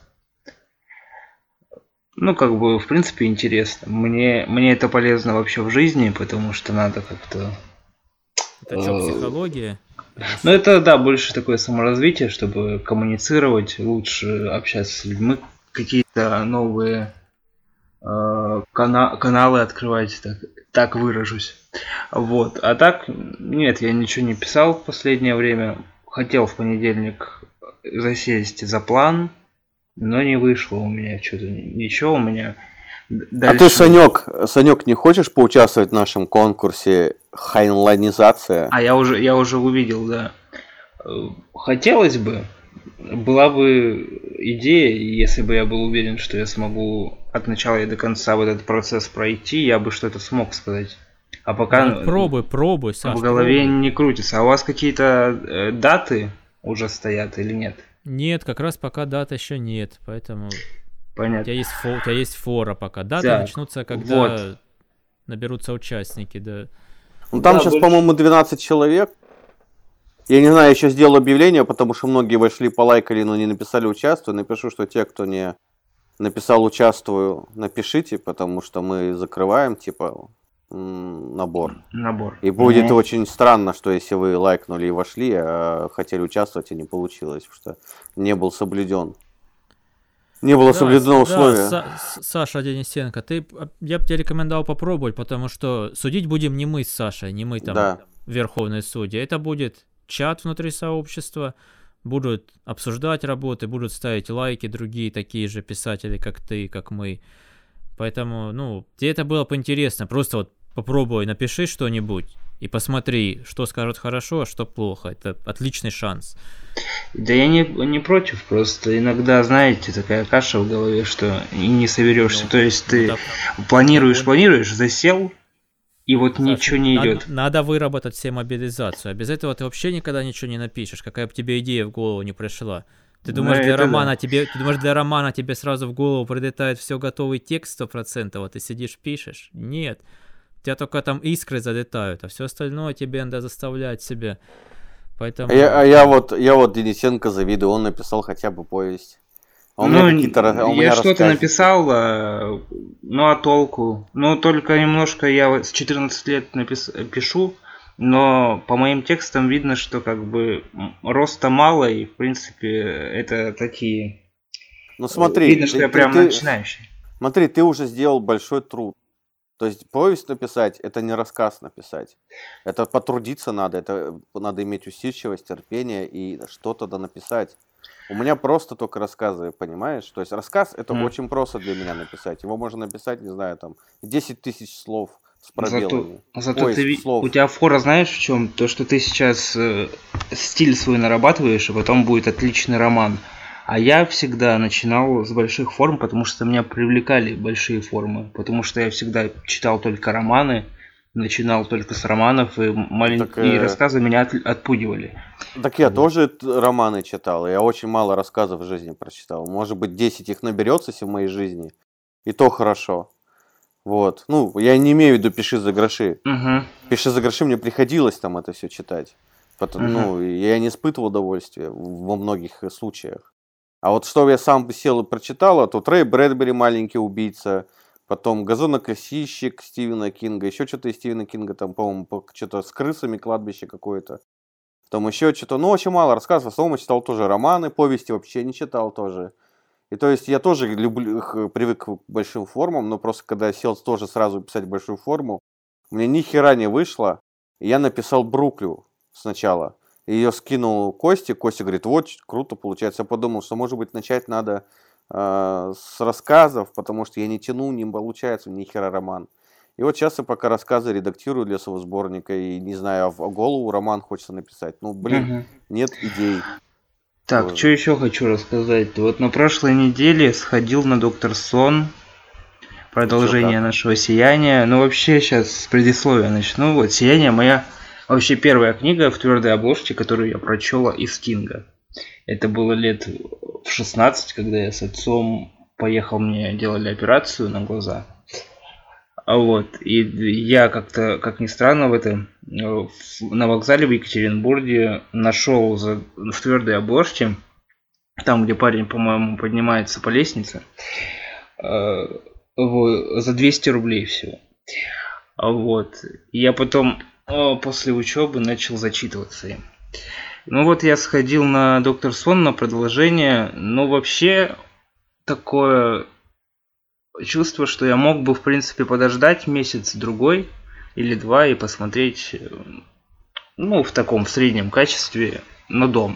Ну, как бы, в принципе, интересно. Мне, мне это полезно вообще в жизни, потому что надо как-то... Это что, психология? Ну, это, да, больше такое саморазвитие, чтобы коммуницировать, лучше общаться с людьми, какие-то новые э, кана- каналы открывать, так, так выражусь. Вот. А так, нет, я ничего не писал в последнее время. Хотел в понедельник засесть за план, но не вышло у меня что-то. Ничего у меня дальше... А ты, Санек, Санек, не хочешь поучаствовать в нашем конкурсе хайнланизация? А я уже, я уже увидел, да. Хотелось бы. Была бы идея, если бы я был уверен, что я смогу от начала и до конца вот этот процесс пройти, я бы что-то смог сказать. А пока ну, пробуй, пробуй, Саш, в голове пробуй. Не крутится. А у вас какие-то э, даты уже стоят или нет? Нет, как раз пока дат еще нет, поэтому понятно. У тебя есть, фо... у тебя есть фора пока. Даты так, начнутся, когда вот. Наберутся участники, да. Ну там да, сейчас, больше... по-моему, двенадцать человек. Я не знаю, еще сделал объявление, потому что многие вошли, полайкали, но не написали «участвую». Напишу, что те, кто не написал «участвую», напишите, потому что мы закрываем, типа, набор. Набор. И будет Mm-hmm. очень странно, что если вы лайкнули и вошли, а хотели участвовать, и не получилось, потому что не был соблюден. Не было да, соблюдено условия. Да, Са- Саша Денисенко, ты, я бы тебе рекомендовал попробовать, потому что судить будем не мы с Сашей, не мы там Да. верховные судьи. Это будет чат внутри сообщества, будут обсуждать работы, будут ставить лайки другие такие же писатели, как ты, как мы. Поэтому, ну, тебе это было бы интересно. Просто вот попробуй, напиши что-нибудь и посмотри, что скажут хорошо, а что плохо. Это отличный шанс. Да я не, не против, просто иногда, знаете, такая каша в голове, что и не соберешься. Ну, То есть ты ну, да. планируешь, планируешь, засел, и вот Саш, ничего не надо, идет. Надо выработать себе мобилизацию. А без этого ты вообще никогда ничего не напишешь, какая бы тебе идея в голову не пришла. Ты думаешь, Ну, для это романа да. тебе, ты думаешь, для романа тебе сразу в голову прилетает все готовый текст сто процентов, а ты сидишь, пишешь? Нет. У тебя только там искры залетают, а все остальное тебе надо заставлять себя. Поэтому... А я, а я вот, я вот Денисенко завидую, он написал хотя бы повесть. А у меня Ну, какие-то ра- а у я меня что-то рассказики. написал, а, ну а толку? Ну, только немножко я вот с четырнадцати лет напис... пишу, но по моим текстам видно, что как бы м, роста мало, и в принципе это такие... Ну смотри, видно, что ты- я ты- прям ты- начинающий. смотри, ты уже сделал большой труд. То есть повесть написать, это не рассказ написать. Это потрудиться надо, это надо иметь усидчивость, терпение и что-то да написать. У меня просто только рассказы, понимаешь? То есть рассказ это Мгм. очень просто для меня написать. Его можно написать, не знаю, там десять тысяч слов с Зато, пробелами. зато Ой, ты, ви- слов. у тебя фора знаешь в чем? То, что ты сейчас э, стиль свой нарабатываешь, и потом будет отличный роман. А я всегда начинал с больших форм, потому что меня привлекали большие формы. Потому что я всегда читал только романы, начинал только с романов, и маленькие Так, э, рассказы меня от- отпугивали. Так я Вот. тоже т- романы читал, я очень мало рассказов в жизни прочитал. Может быть, десять их наберется в моей жизни, и то хорошо. Вот. Ну, я не имею в виду «Пиши за гроши». Угу. «Пиши за гроши» мне приходилось там это все читать. Потом, Мгм. ну, и я не испытывал удовольствия во многих э, случаях. А вот что я сам сел и прочитал, а то Рэй Брэдбери «Маленький убийца», потом «Газонокосильщик» Стивена Кинга, еще что-то из Стивена Кинга, там, по-моему, по- что-то с крысами, кладбище какое-то. Там еще что-то, ну, очень мало рассказов. В основном я читал тоже романы, повести вообще не читал тоже. И то есть я тоже люблю, их, привык к большим формам, но просто когда я сел тоже сразу писать большую форму, у меня ни хера не вышло. И я написал Бруклю сначала. Ее скинул Косте. Костя говорит, вот, круто получается. Я подумал, что, может быть, начать надо э, с рассказов, потому что я не тяну, не получается ни хера роман. И вот сейчас я пока рассказы редактирую для своего сборника, и не знаю, а в а голову роман хочется написать. Ну, блин, Мгм. нет идей. Так, Тоже. что еще хочу рассказать? Вот на прошлой неделе сходил на Доктор Сон. Продолжение как? нашего «Сияния». Ну, вообще, сейчас с предисловия начну. Вот «Сияние» моя вообще первая книга в твердой обложке, которую я прочел из Кинга. Это было лет в шестнадцать, когда я с отцом поехал, мне делали операцию на глаза. А вот, и я как-то, как ни странно, в этом э, в- на вокзале в Екатеринбурге нашел за, в твердой обложке, там, где парень, по-моему, поднимается по лестнице, э, в- за двести рублей всего. А вот, и я потом э, после учебы начал зачитываться им. Ну вот я сходил на Доктор Сон на продолжение, но вообще такое чувство, что я мог бы, в принципе, подождать месяц-другой или два и посмотреть, э, ну, в таком в среднем качестве, но дома.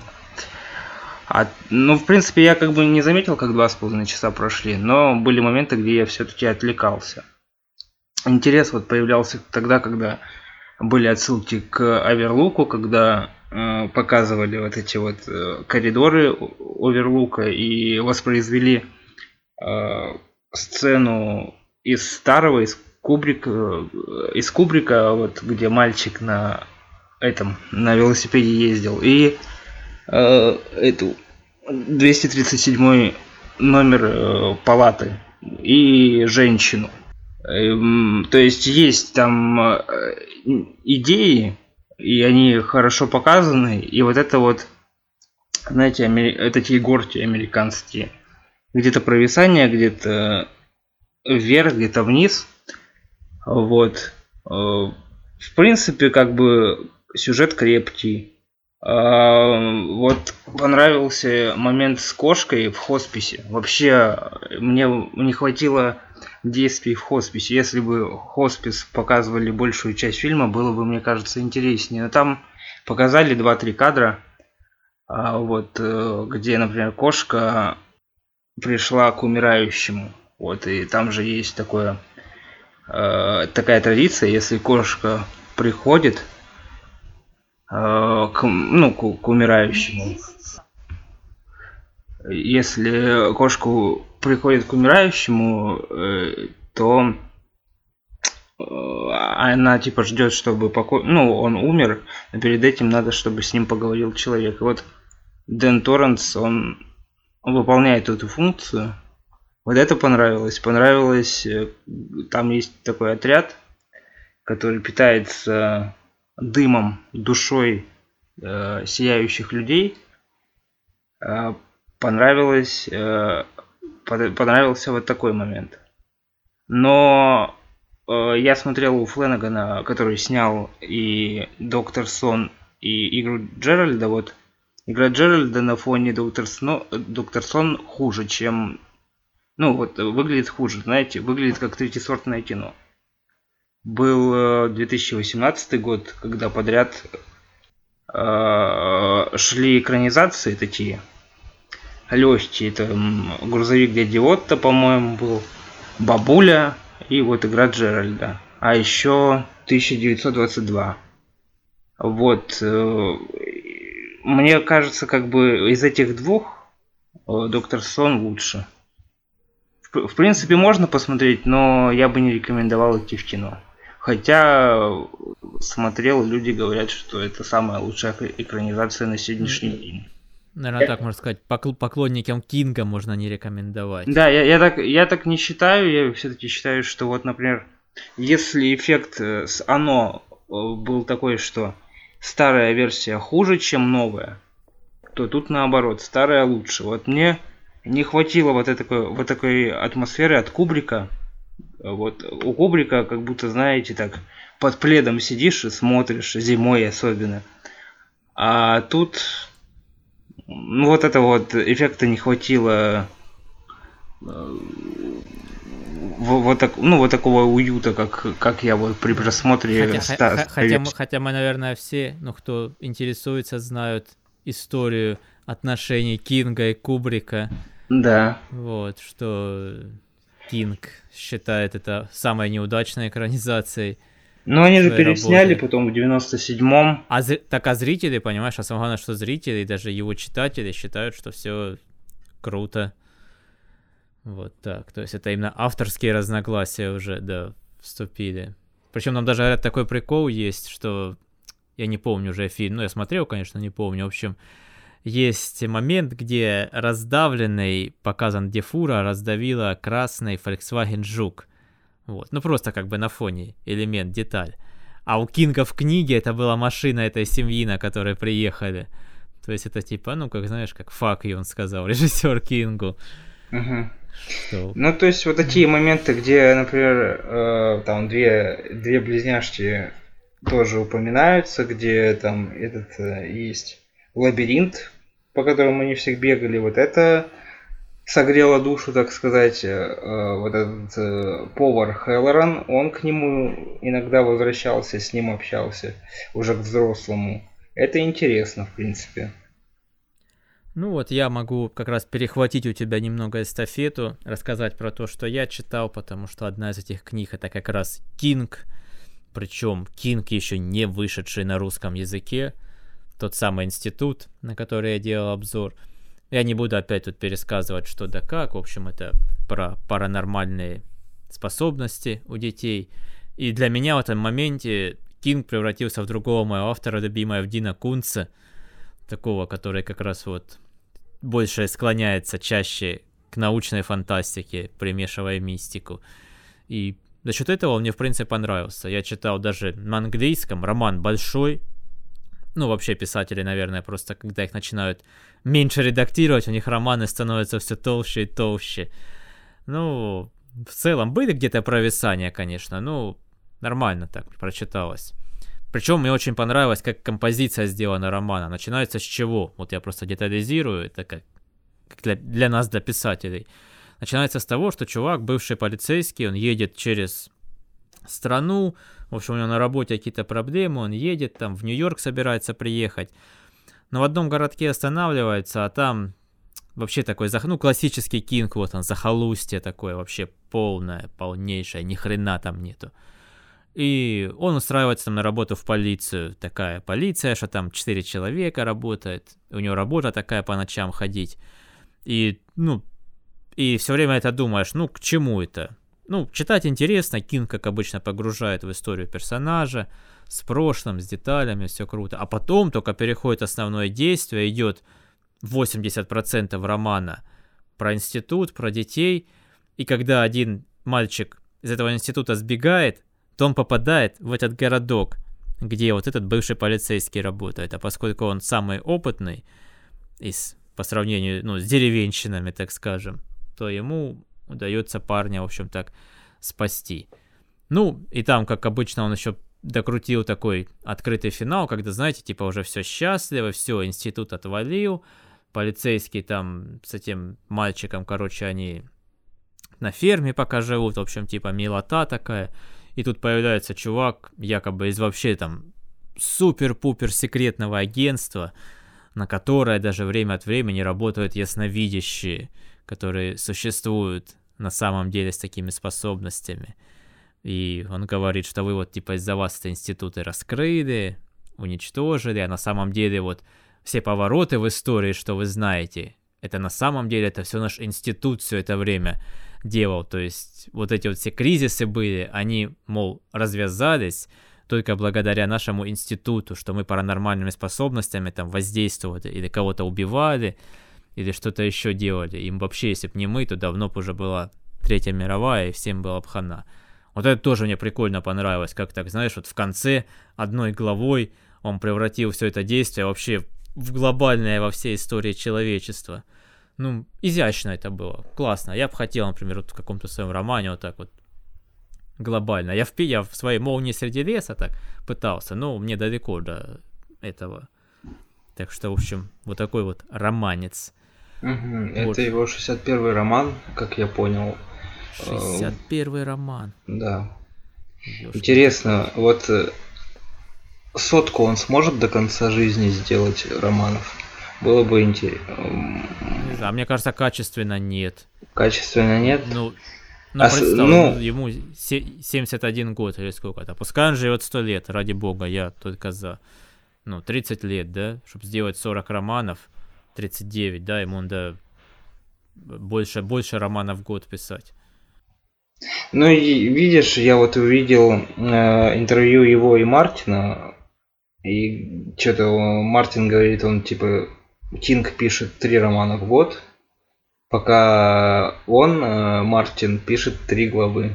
А, ну, в принципе, я как бы не заметил, как два с половиной часа прошли, но были моменты, где я все-таки отвлекался. Интерес вот появлялся тогда, когда были отсылки к Оверлуку, когда э, показывали вот эти вот э, коридоры О- Оверлука и воспроизвели э, сцену из старого, из Кубрика, э, из Кубрика, вот где мальчик на этом на велосипеде ездил, и э, эту двести тридцать седьмой номер э, палаты и женщину. Эм, То есть есть там э, идеи, и они хорошо показаны, и вот это вот, знаете, это те горки американские. Где-то провисание, где-то вверх, где-то вниз. Вот. В принципе, как бы сюжет крепкий. Вот понравился момент с кошкой в хосписе. Вообще, мне не хватило действий в хосписе. Если бы хоспис показывали большую часть фильма, было бы, мне кажется, интереснее. Но там показали два-три кадра, вот, где, например, кошка пришла к умирающему. Вот, и там же есть такое, такая традиция, если кошка приходит к, ну, к, к умирающему. Если кошку приходит к умирающему, то она типа ждет, чтобы покой... ну, он умер, но перед этим надо, чтобы с ним поговорил человек. И вот Дэн Торренс, он выполняет эту функцию. Вот это понравилось. Понравилось, там есть такой отряд, который питается дымом, душой э, сияющих людей. Э, понравилось, э, под, понравился вот такой момент. Но э, я смотрел у Фленнегана, который снял и Доктор Сон, и игру Джеральда. Вот игра Джеральда на фоне Доктор Сно, Доктор Сон хуже, чем... Ну вот, выглядит хуже, знаете, выглядит как третьесортное кино. Был две тысячи восемнадцатый год, когда подряд э, шли экранизации такие легкие. Это грузовик дяди Отто, по-моему, был, Бабуля и вот игра Джеральда. А еще тысяча девятьсот двадцать два. Вот. Э, мне кажется, как бы из этих двух э, Доктор Сон лучше. В, в принципе, можно посмотреть, но я бы не рекомендовал идти в кино. Хотя смотрел, люди говорят, что это самая лучшая экранизация на сегодняшний день. Наверное, так можно сказать, поклонникам Кинга можно не рекомендовать. Да, я, я, так, я так не считаю, я все-таки считаю, что вот, например, если эффект с Оно был такой, что старая версия хуже, чем новая, то тут наоборот, старая лучше. Вот мне не хватило вот такой, вот такой атмосферы от Кубрика. Вот у Кубрика, как будто, знаете, так под пледом сидишь и смотришь, зимой особенно. А тут, ну, вот этого вот эффекта не хватило, вот, так, ну, вот такого уюта, как, как я вот при просмотре. Хотя, ста- х- хотя, мы, хотя мы, наверное, все, ну, кто интересуется, знают историю отношений Кинга и Кубрика. Да. Вот, что Кинг считает это самой неудачной экранизацией. Ну, они же пересняли работы. Потом в девяносто седьмом. А, так а зрители, понимаешь, а самое главное, что зрители, и даже его читатели считают, что все круто. Вот так. То есть это именно авторские разногласия уже, да, вступили. Причем нам даже говорят, такой прикол есть, что я не помню уже фильм, ну, я смотрел, конечно, не помню. В общем, есть момент, где раздавленный показан, где фура раздавила красный Volkswagen Жук. Вот. Ну, просто как бы на фоне элемент, деталь. А у Кинга в книге это была машина этой семьи, на которой приехали. То есть это типа, ну, как знаешь, как fuck you, он сказал, режиссер Кингу. Угу. Что? Ну, то есть вот такие моменты, где, например, э, там две, две близняшки тоже упоминаются, где там этот э, есть лабиринт, по которому они всех бегали, вот это согрело душу, так сказать. Э, вот этот э, повар Хеллоран, он к нему иногда возвращался, с ним общался, уже к взрослому. Это интересно, в принципе. Ну вот я могу как раз перехватить у тебя немного эстафету, рассказать про то, что я читал, потому что одна из этих книг это как раз Кинг, причем Кинг еще не вышедший на русском языке, тот самый институт, на который я делал обзор. Я не буду опять тут пересказывать что да как, в общем это про паранормальные способности у детей. И для меня в этом моменте Кинг превратился в другого моего автора, любимого Дина Кунца, такого, который как раз вот больше склоняется чаще к научной фантастике, примешивая мистику. И за счет этого он мне, в принципе, понравился. Я читал даже на английском, роман большой, ну, вообще писатели, наверное, просто когда их начинают меньше редактировать, у них романы становятся все толще и толще. Ну, в целом, были где-то провисания, конечно, ну, нормально так прочиталось. Причем мне очень понравилось, как композиция сделана романа. Начинается с чего? Вот я просто детализирую, это как, как для, для нас, для писателей. Начинается с того, что чувак, бывший полицейский, он едет через страну, в общем, у него на работе какие-то проблемы, он едет, там в Нью-Йорк собирается приехать, но в одном городке останавливается, а там вообще такой, ну, классический Кинг, вот он, захолустье такое, вообще полное, полнейшее, ни хрена там нету. И он устраивается там на работу в полицию, такая полиция, что там четыре человека работает, у него работа такая по ночам ходить, и, ну, и все время это думаешь, ну, к чему это? Ну, читать интересно, Кинг, как обычно, погружает в историю персонажа, с прошлым, с деталями, все круто. А потом только переходит основное действие, идет восемьдесят процентов романа про институт, про детей, и когда один мальчик из этого института сбегает, то он попадает в этот городок, где вот этот бывший полицейский работает. А поскольку он самый опытный, из, по сравнению, ну, с деревенщинами, так скажем, то ему удается парня, в общем, так спасти. Ну, и там, как обычно, он еще докрутил такой открытый финал, когда, знаете, типа уже все счастливо, все, институт отвалил, полицейский там с этим мальчиком, короче, они на ферме пока живут, в общем, типа милота такая, и тут появляется чувак, якобы из вообще там супер-пупер секретного агентства, на которое даже время от времени работают ясновидящие, которые существуют на самом деле с такими способностями. И он говорит, что вы вот типа из-за вас эти институты раскрыли, уничтожили, а на самом деле вот все повороты в истории, что вы знаете, это на самом деле это все наш институт все это время делал. То есть вот эти вот все кризисы были, они, мол, развязались только благодаря нашему институту, что мы паранормальными способностями там воздействовали или кого-то убивали, или что-то еще делали. Им вообще, если бы не мы, то давно бы уже была Третья мировая, и всем была бы хана. Вот это тоже мне прикольно понравилось, как так, знаешь, вот в конце одной главой он превратил все это действие вообще в глобальное во всей истории человечества. Ну, изящно это было, классно. Я бы хотел, например, вот в каком-то своем романе вот так вот глобально. Я в, я в своей «Молнии среди леса» так пытался, но мне далеко до этого. Так что, в общем, вот такой вот романец. Угу. Вот. Это его шестьдесят первый роман, как я понял. шестьдесят первый роман. Да. Ёшки. Интересно, вот сотку он сможет до конца жизни сделать романов? Было бы интересно. Не знаю, мне кажется, качественно нет. Качественно нет? Ну, ну а представь, ну... ему семьдесят один год или сколько-то. Пускай он живет сто лет, ради бога, я только за. Ну, тридцать лет, да? Чтобы сделать сорок романов, тридцать девять, да, ему надо больше, больше романов в год писать. Ну, и видишь, я вот увидел э, интервью его и Мартина, и что-то Мартин говорит, он типа, Кинг пишет три романа в год, пока он, э, Мартин, пишет три главы.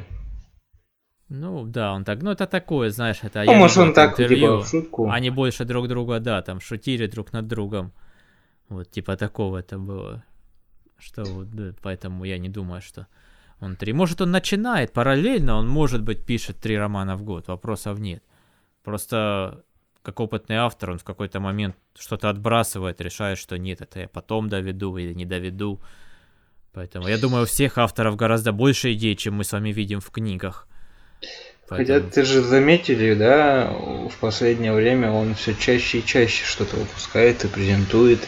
Ну, да, он так, ну, это такое, знаешь, это... Ну, я может, он так, интервью, типа, в шутку. Они больше друг друга, да, там, шутили друг над другом. Вот, типа, такого это было. Что вот, да, поэтому я не думаю, что он три... Может, он начинает параллельно, он, может быть, пишет три романа в год, вопросов нет. Просто, как опытный автор, он в какой-то момент что-то отбрасывает, решает, что нет, это я потом доведу или не доведу. Поэтому, я думаю, у всех авторов гораздо больше идей, чем мы с вами видим в книгах. Поэтому... Хотя ты же заметили, да, в последнее время он все чаще и чаще что-то выпускает и презентует,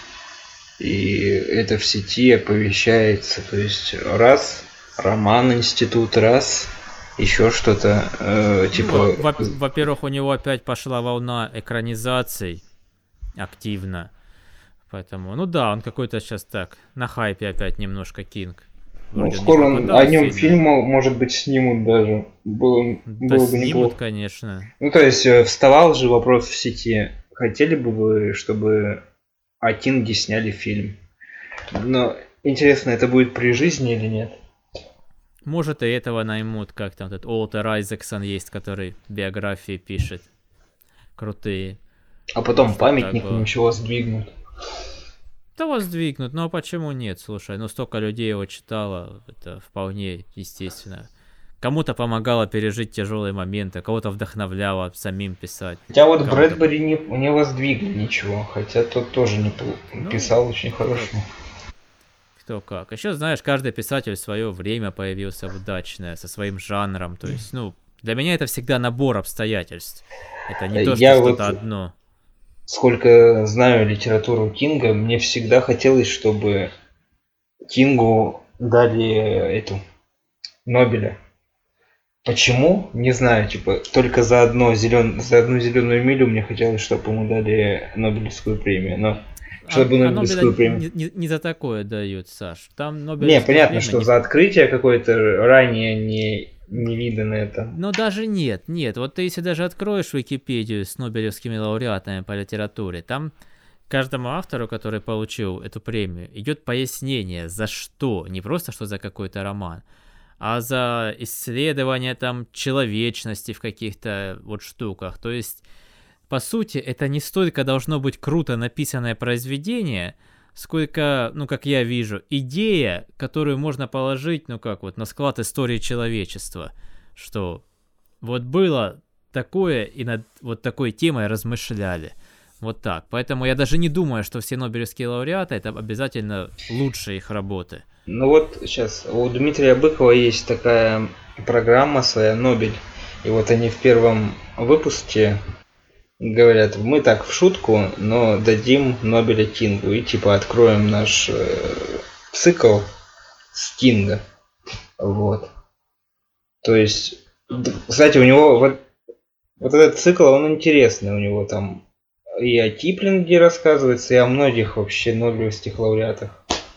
и это в сети оповещается, то есть раз роман институт, раз еще что-то э, типа. Ну, во- во-первых, у него опять пошла волна экранизаций активно, поэтому, ну да, он какой-то сейчас так на хайпе опять немножко Кинг. Ну, скоро о нем фильм, может быть, снимут даже. Было, да было снимут, бы неплохо. Конечно. Ну, то есть, вставал же вопрос в сети. Хотели бы вы, чтобы о Кинге сняли фильм? Но интересно, это будет при жизни или нет? Может, и этого наймут, как там этот Уолтер Айзексон есть, который биографии пишет. Крутые. А потом Что памятник так было. ничего воздвигнут. Да воздвигнут, ну а почему нет, слушай, ну столько людей его читало, это вполне естественно. Кому-то помогало пережить тяжелые моменты, кого-то вдохновляло самим писать. Хотя вот Кому-то- Брэдбери не, не воздвигли ничего, хотя тот тоже не Ну, писал очень хорошо. Кто как. Еще, знаешь, каждый писатель в свое время появился удачное, со своим жанром. То есть, ну, для меня это всегда набор обстоятельств. Это не то, что Я что-то вот- одно. Сколько знаю литературу Кинга, мне всегда хотелось, чтобы Кингу дали эту Нобеля. Почему? Не знаю, типа, только за, одно зелен... за одну зеленую милю мне хотелось, чтобы ему дали Нобелевскую премию. Но чтобы а, а Нобелевскую Нобеля премию. не, не- не за такое дают, Саш. Там Не, Нобелевская понятно, премия что не- за открытие какое-то ранее не, не виданное там. Но даже нет, нет. Вот ты если даже откроешь Википедию с нобелевскими лауреатами по литературе, там каждому автору, который получил эту премию, идет пояснение, за что. Не просто, что за какой-то роман, а за исследование там человечности в каких-то вот штуках. То есть, по сути, это не столько должно быть круто написанное произведение, сколько, ну, как я вижу, идея, которую можно положить, ну, как вот, на склад истории человечества, что вот было такое, и над вот такой темой размышляли. Вот так. Поэтому я даже не думаю, что все нобелевские лауреаты — это обязательно лучшие их работы. Ну вот сейчас у Дмитрия Быкова есть такая программа своя, Нобель. И вот они в первом выпуске говорят, мы так в шутку, но дадим Нобеля Кингу. И типа откроем наш э, цикл с Кинга. Вот. То есть, д- кстати, у него вот, вот этот цикл, он интересный. У него там и о Киплинге рассказывается, и о многих вообще нобелевских лауреатах.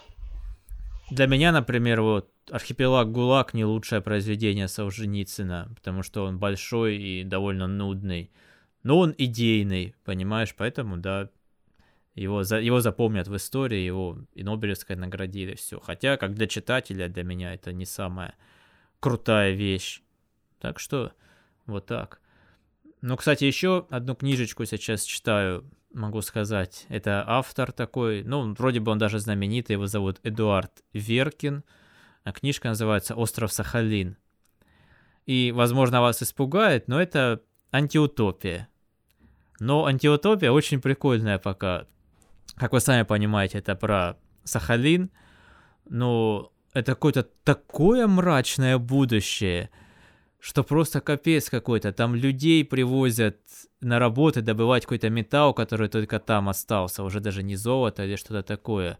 Для меня, например, вот «Архипелаг ГУЛАГ» не лучшее произведение Солженицына, потому что он большой и довольно нудный. Но он идейный, понимаешь, поэтому, да, его, за, его запомнят в истории, его и Нобелевской наградили, все. Хотя, как для читателя, для меня это не самая крутая вещь. Так что, вот так. Ну, кстати, еще одну книжечку сейчас читаю, могу сказать. Это автор такой, ну, вроде бы он даже знаменитый, его зовут Эдуард Веркин. А книжка называется «Остров Сахалин». И, возможно, вас испугает, но это антиутопия. Но антиутопия очень прикольная пока. Как вы сами понимаете, это про Сахалин. Но это какое-то такое мрачное будущее, что просто капец какой-то. Там людей привозят на работы добывать какой-то металл, который только там остался. Уже даже не золото или что-то такое.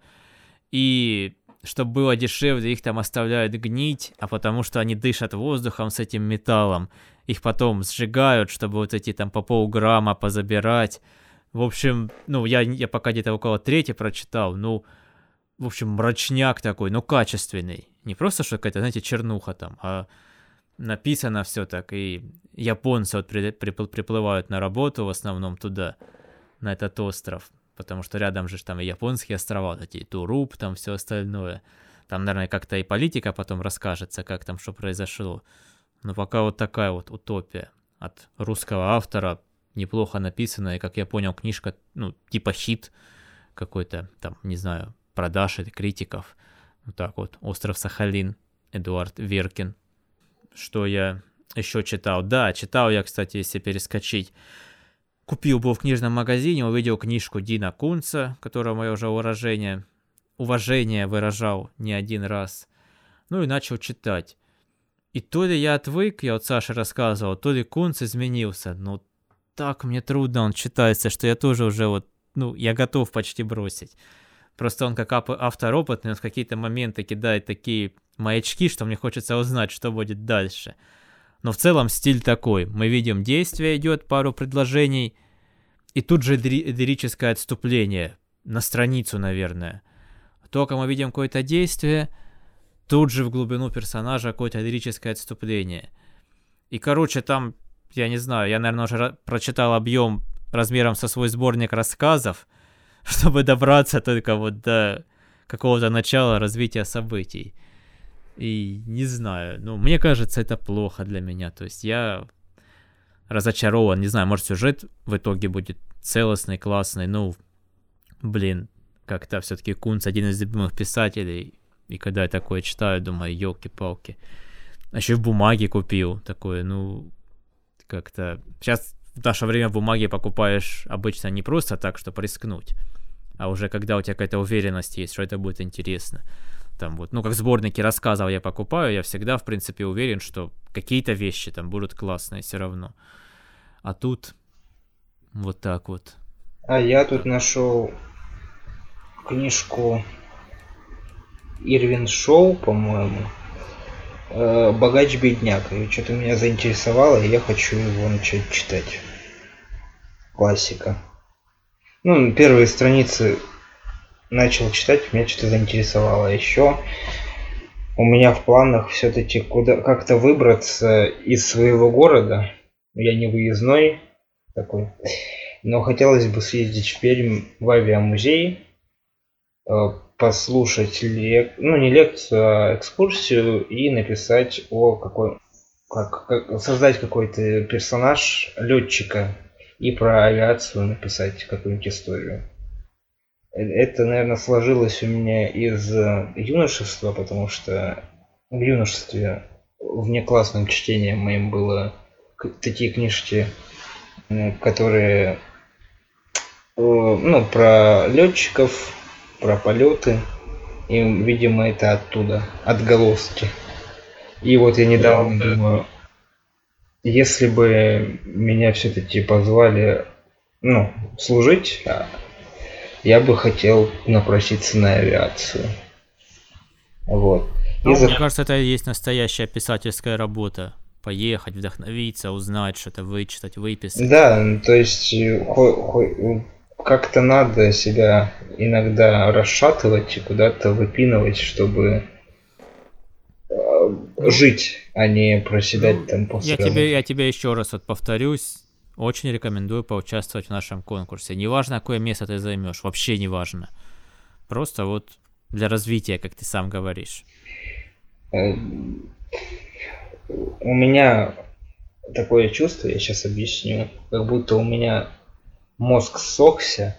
И чтобы было дешевле, их там оставляют гнить, а потому что они дышат воздухом с этим металлом. Их потом сжигают, чтобы вот эти там по полграмма позабирать. В общем, ну, я, я пока где-то около трети прочитал, ну, в общем, мрачняк такой, но качественный. Не просто что какая-то, знаете, чернуха там, а написано все так. И японцы вот при, при, приплывают на работу в основном туда, на этот остров. Потому что рядом же там и японские острова, вот эти Туруп, там все остальное. Там, наверное, как-то и политика потом расскажется, как там что произошло. Но пока вот такая вот утопия от русского автора, неплохо написанная, и, как я понял, книжка, ну, типа хит какой-то, там, не знаю, продаж или критиков. Вот так вот, «Остров Сахалин», Эдуард Веркин. Что я еще читал? Да, читал я, кстати, если перескочить. Купил, был в книжном магазине, увидел книжку Дина Кунца, которому я уже уважение, уважение выражал не один раз. Ну и начал читать. И то ли я отвык, я вот Саше рассказывал, то ли Кунц изменился. Ну, так мне трудно он читается, что я тоже уже вот, ну, я готов почти бросить. Просто он как автор опытный, он в какие-то моменты кидает такие маячки, что мне хочется узнать, что будет дальше. Но в целом стиль такой. Мы видим, действие идет, пару предложений, и тут же лирическое отступление. На страницу, наверное. Только мы видим какое-то действие, тут же в глубину персонажа какое-то лирическое отступление. И, короче, там, я не знаю, я, наверное, уже прочитал объем размером со свой сборник рассказов, чтобы добраться только вот до какого-то начала развития событий. И не знаю, ну, мне кажется, это плохо для меня. То есть я разочарован. Не знаю, может, сюжет в итоге будет целостный, классный. Ну, блин, как-то все-таки Кунц один из любимых писателей. И когда я такое читаю, думаю, елки-палки. А еще в бумаге купил такое, ну, как-то... Сейчас в наше время бумаги покупаешь обычно не просто так, чтобы рискнуть, а уже когда у тебя какая-то уверенность есть, что это будет интересно. Там вот, ну, как сборники рассказов я покупаю, я всегда, в принципе, уверен, что какие-то вещи там будут классные все равно. А тут вот так вот. А я тут нашел книжку Ирвин Шоу, по-моему, «Богач-бедняк». И что-то меня заинтересовало, и я хочу его начать читать. Классика. Ну, первые страницы начал читать, меня что-то заинтересовало. Еще у меня в планах все-таки куда как-то выбраться из своего города. Я не выездной такой. Но хотелось бы съездить в Пермь в авиамузей, послушать лек... ну не лекцию, а экскурсию и написать о какой, как, как создать какой-то персонаж летчика и про авиацию написать какую-нибудь историю. Это, наверное, сложилось у меня из юношества, потому что в юношестве внеклассным чтением моим было такие книжки, которые ну, про летчиков, про полеты, и, видимо, это оттуда, отголоски. И вот я недавно думаю, если бы меня все-таки позвали, ну, служить, я бы хотел напроситься на авиацию. Вот. Ну, за... Мне кажется, это и есть настоящая писательская работа. Поехать, вдохновиться, узнать что-то, вычитать, выписать. Да, то есть как-то надо себя иногда расшатывать и куда-то выпинывать, чтобы жить, а не проседать ну, там после я тебе, я тебе еще раз вот повторюсь, очень рекомендую поучаствовать в нашем конкурсе. Неважно, какое место ты займешь, вообще не важно. Просто вот для развития, как ты сам говоришь. У меня такое чувство, я сейчас объясню, как будто у меня мозг ссохся,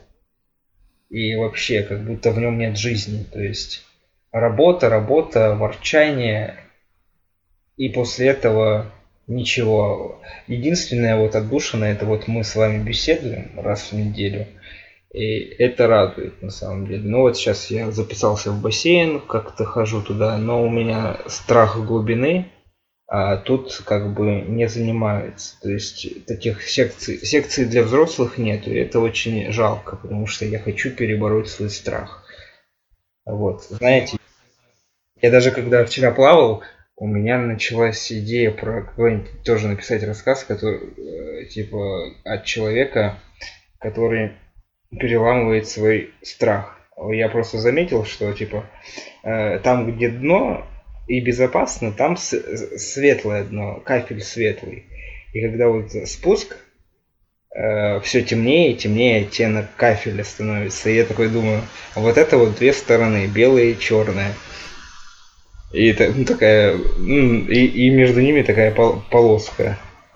и вообще как будто в нем нет жизни. То есть работа, работа, ворчание, и после этого ничего. Единственное вот отдушина, это вот мы с вами беседуем раз в неделю, и это радует на самом деле. Ну вот сейчас я записался в бассейн, как-то хожу туда, но у меня страх глубины, а тут как бы не занимаются. То есть таких секций, секций для взрослых нет, и это очень жалко, потому что я хочу перебороть свой страх. Вот, знаете, я даже когда вчера плавал, у меня началась идея про какой-нибудь тоже написать рассказ, который типа от человека, который переламывает свой страх. Я просто заметил, что типа там, где дно и безопасно, там светлое дно, кафель светлый. И когда вот спуск, все темнее и темнее оттенок кафеля становится. И я такой думаю, вот это вот две стороны, белая и черная. И, ну, такая, и, и между ними такая полоска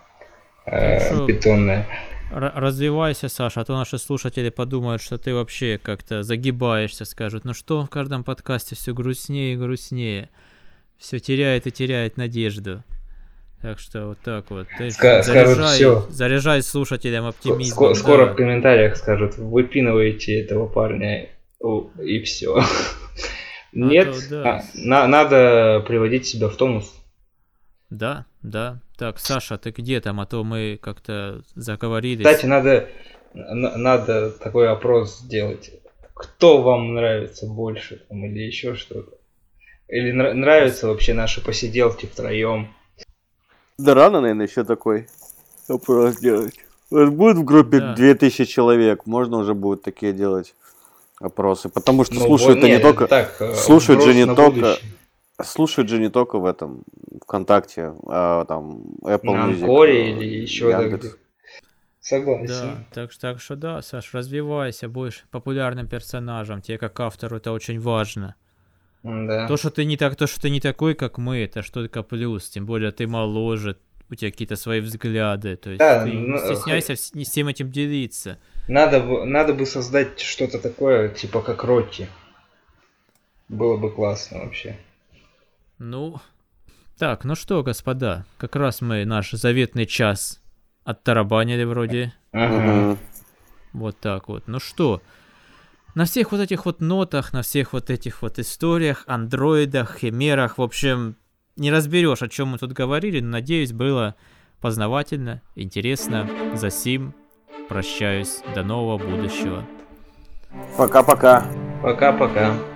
э, бетонная. Развивайся, Саша, а то наши слушатели подумают, что ты вообще как-то загибаешься, скажут, ну что в каждом подкасте все грустнее и грустнее, все теряет и теряет надежду. Так что вот так вот. Ты Ска- заряжай, скажут, заряжай слушателям оптимизмом. Скоро, да. скоро в комментариях скажут, выпинываете этого парня и все. Нет, то, да. а, на, надо приводить себя в тонус. Да, да. Так, Саша, ты где там? А то мы как-то заговорились. Кстати, надо, на, надо такой опрос сделать. Кто вам нравится больше там, или еще что-то? Или нра- нравятся вообще наши посиделки втроем? Да рано, наверное, еще такой опрос делать. Вот будет в группе да. две тысячи человек, можно уже будет такие делать опросы, потому что ну, слушают вот, не только так, слушают же не только будущее. Слушают же не только в этом ВКонтакте, а там Apple на Music, Анкоре или еще Яндекс. Да, согласен. Да, так, так что да, Саш, развивайся, будешь популярным персонажем, тебе как автору это очень важно. Да. То, что ты не так, то, что ты не такой, как мы, это что только плюс, тем более ты моложе, у тебя какие-то свои взгляды, то есть да, ты ну, не стесняйся х... всем этим делиться. Надо бы, надо бы создать что-то такое, типа как Ротти. Было бы классно вообще. Ну, так, ну что, господа, как раз мы наш заветный час оттарабанили вроде. Ага. Угу. Вот так вот. Ну что, на всех вот этих вот нотах, на всех вот этих вот историях, андроидах, химерах, в общем, не разберешь, о чем мы тут говорили, но, надеюсь, было познавательно, интересно. За сим прощаюсь. До нового будущего. Пока-пока. Пока-пока.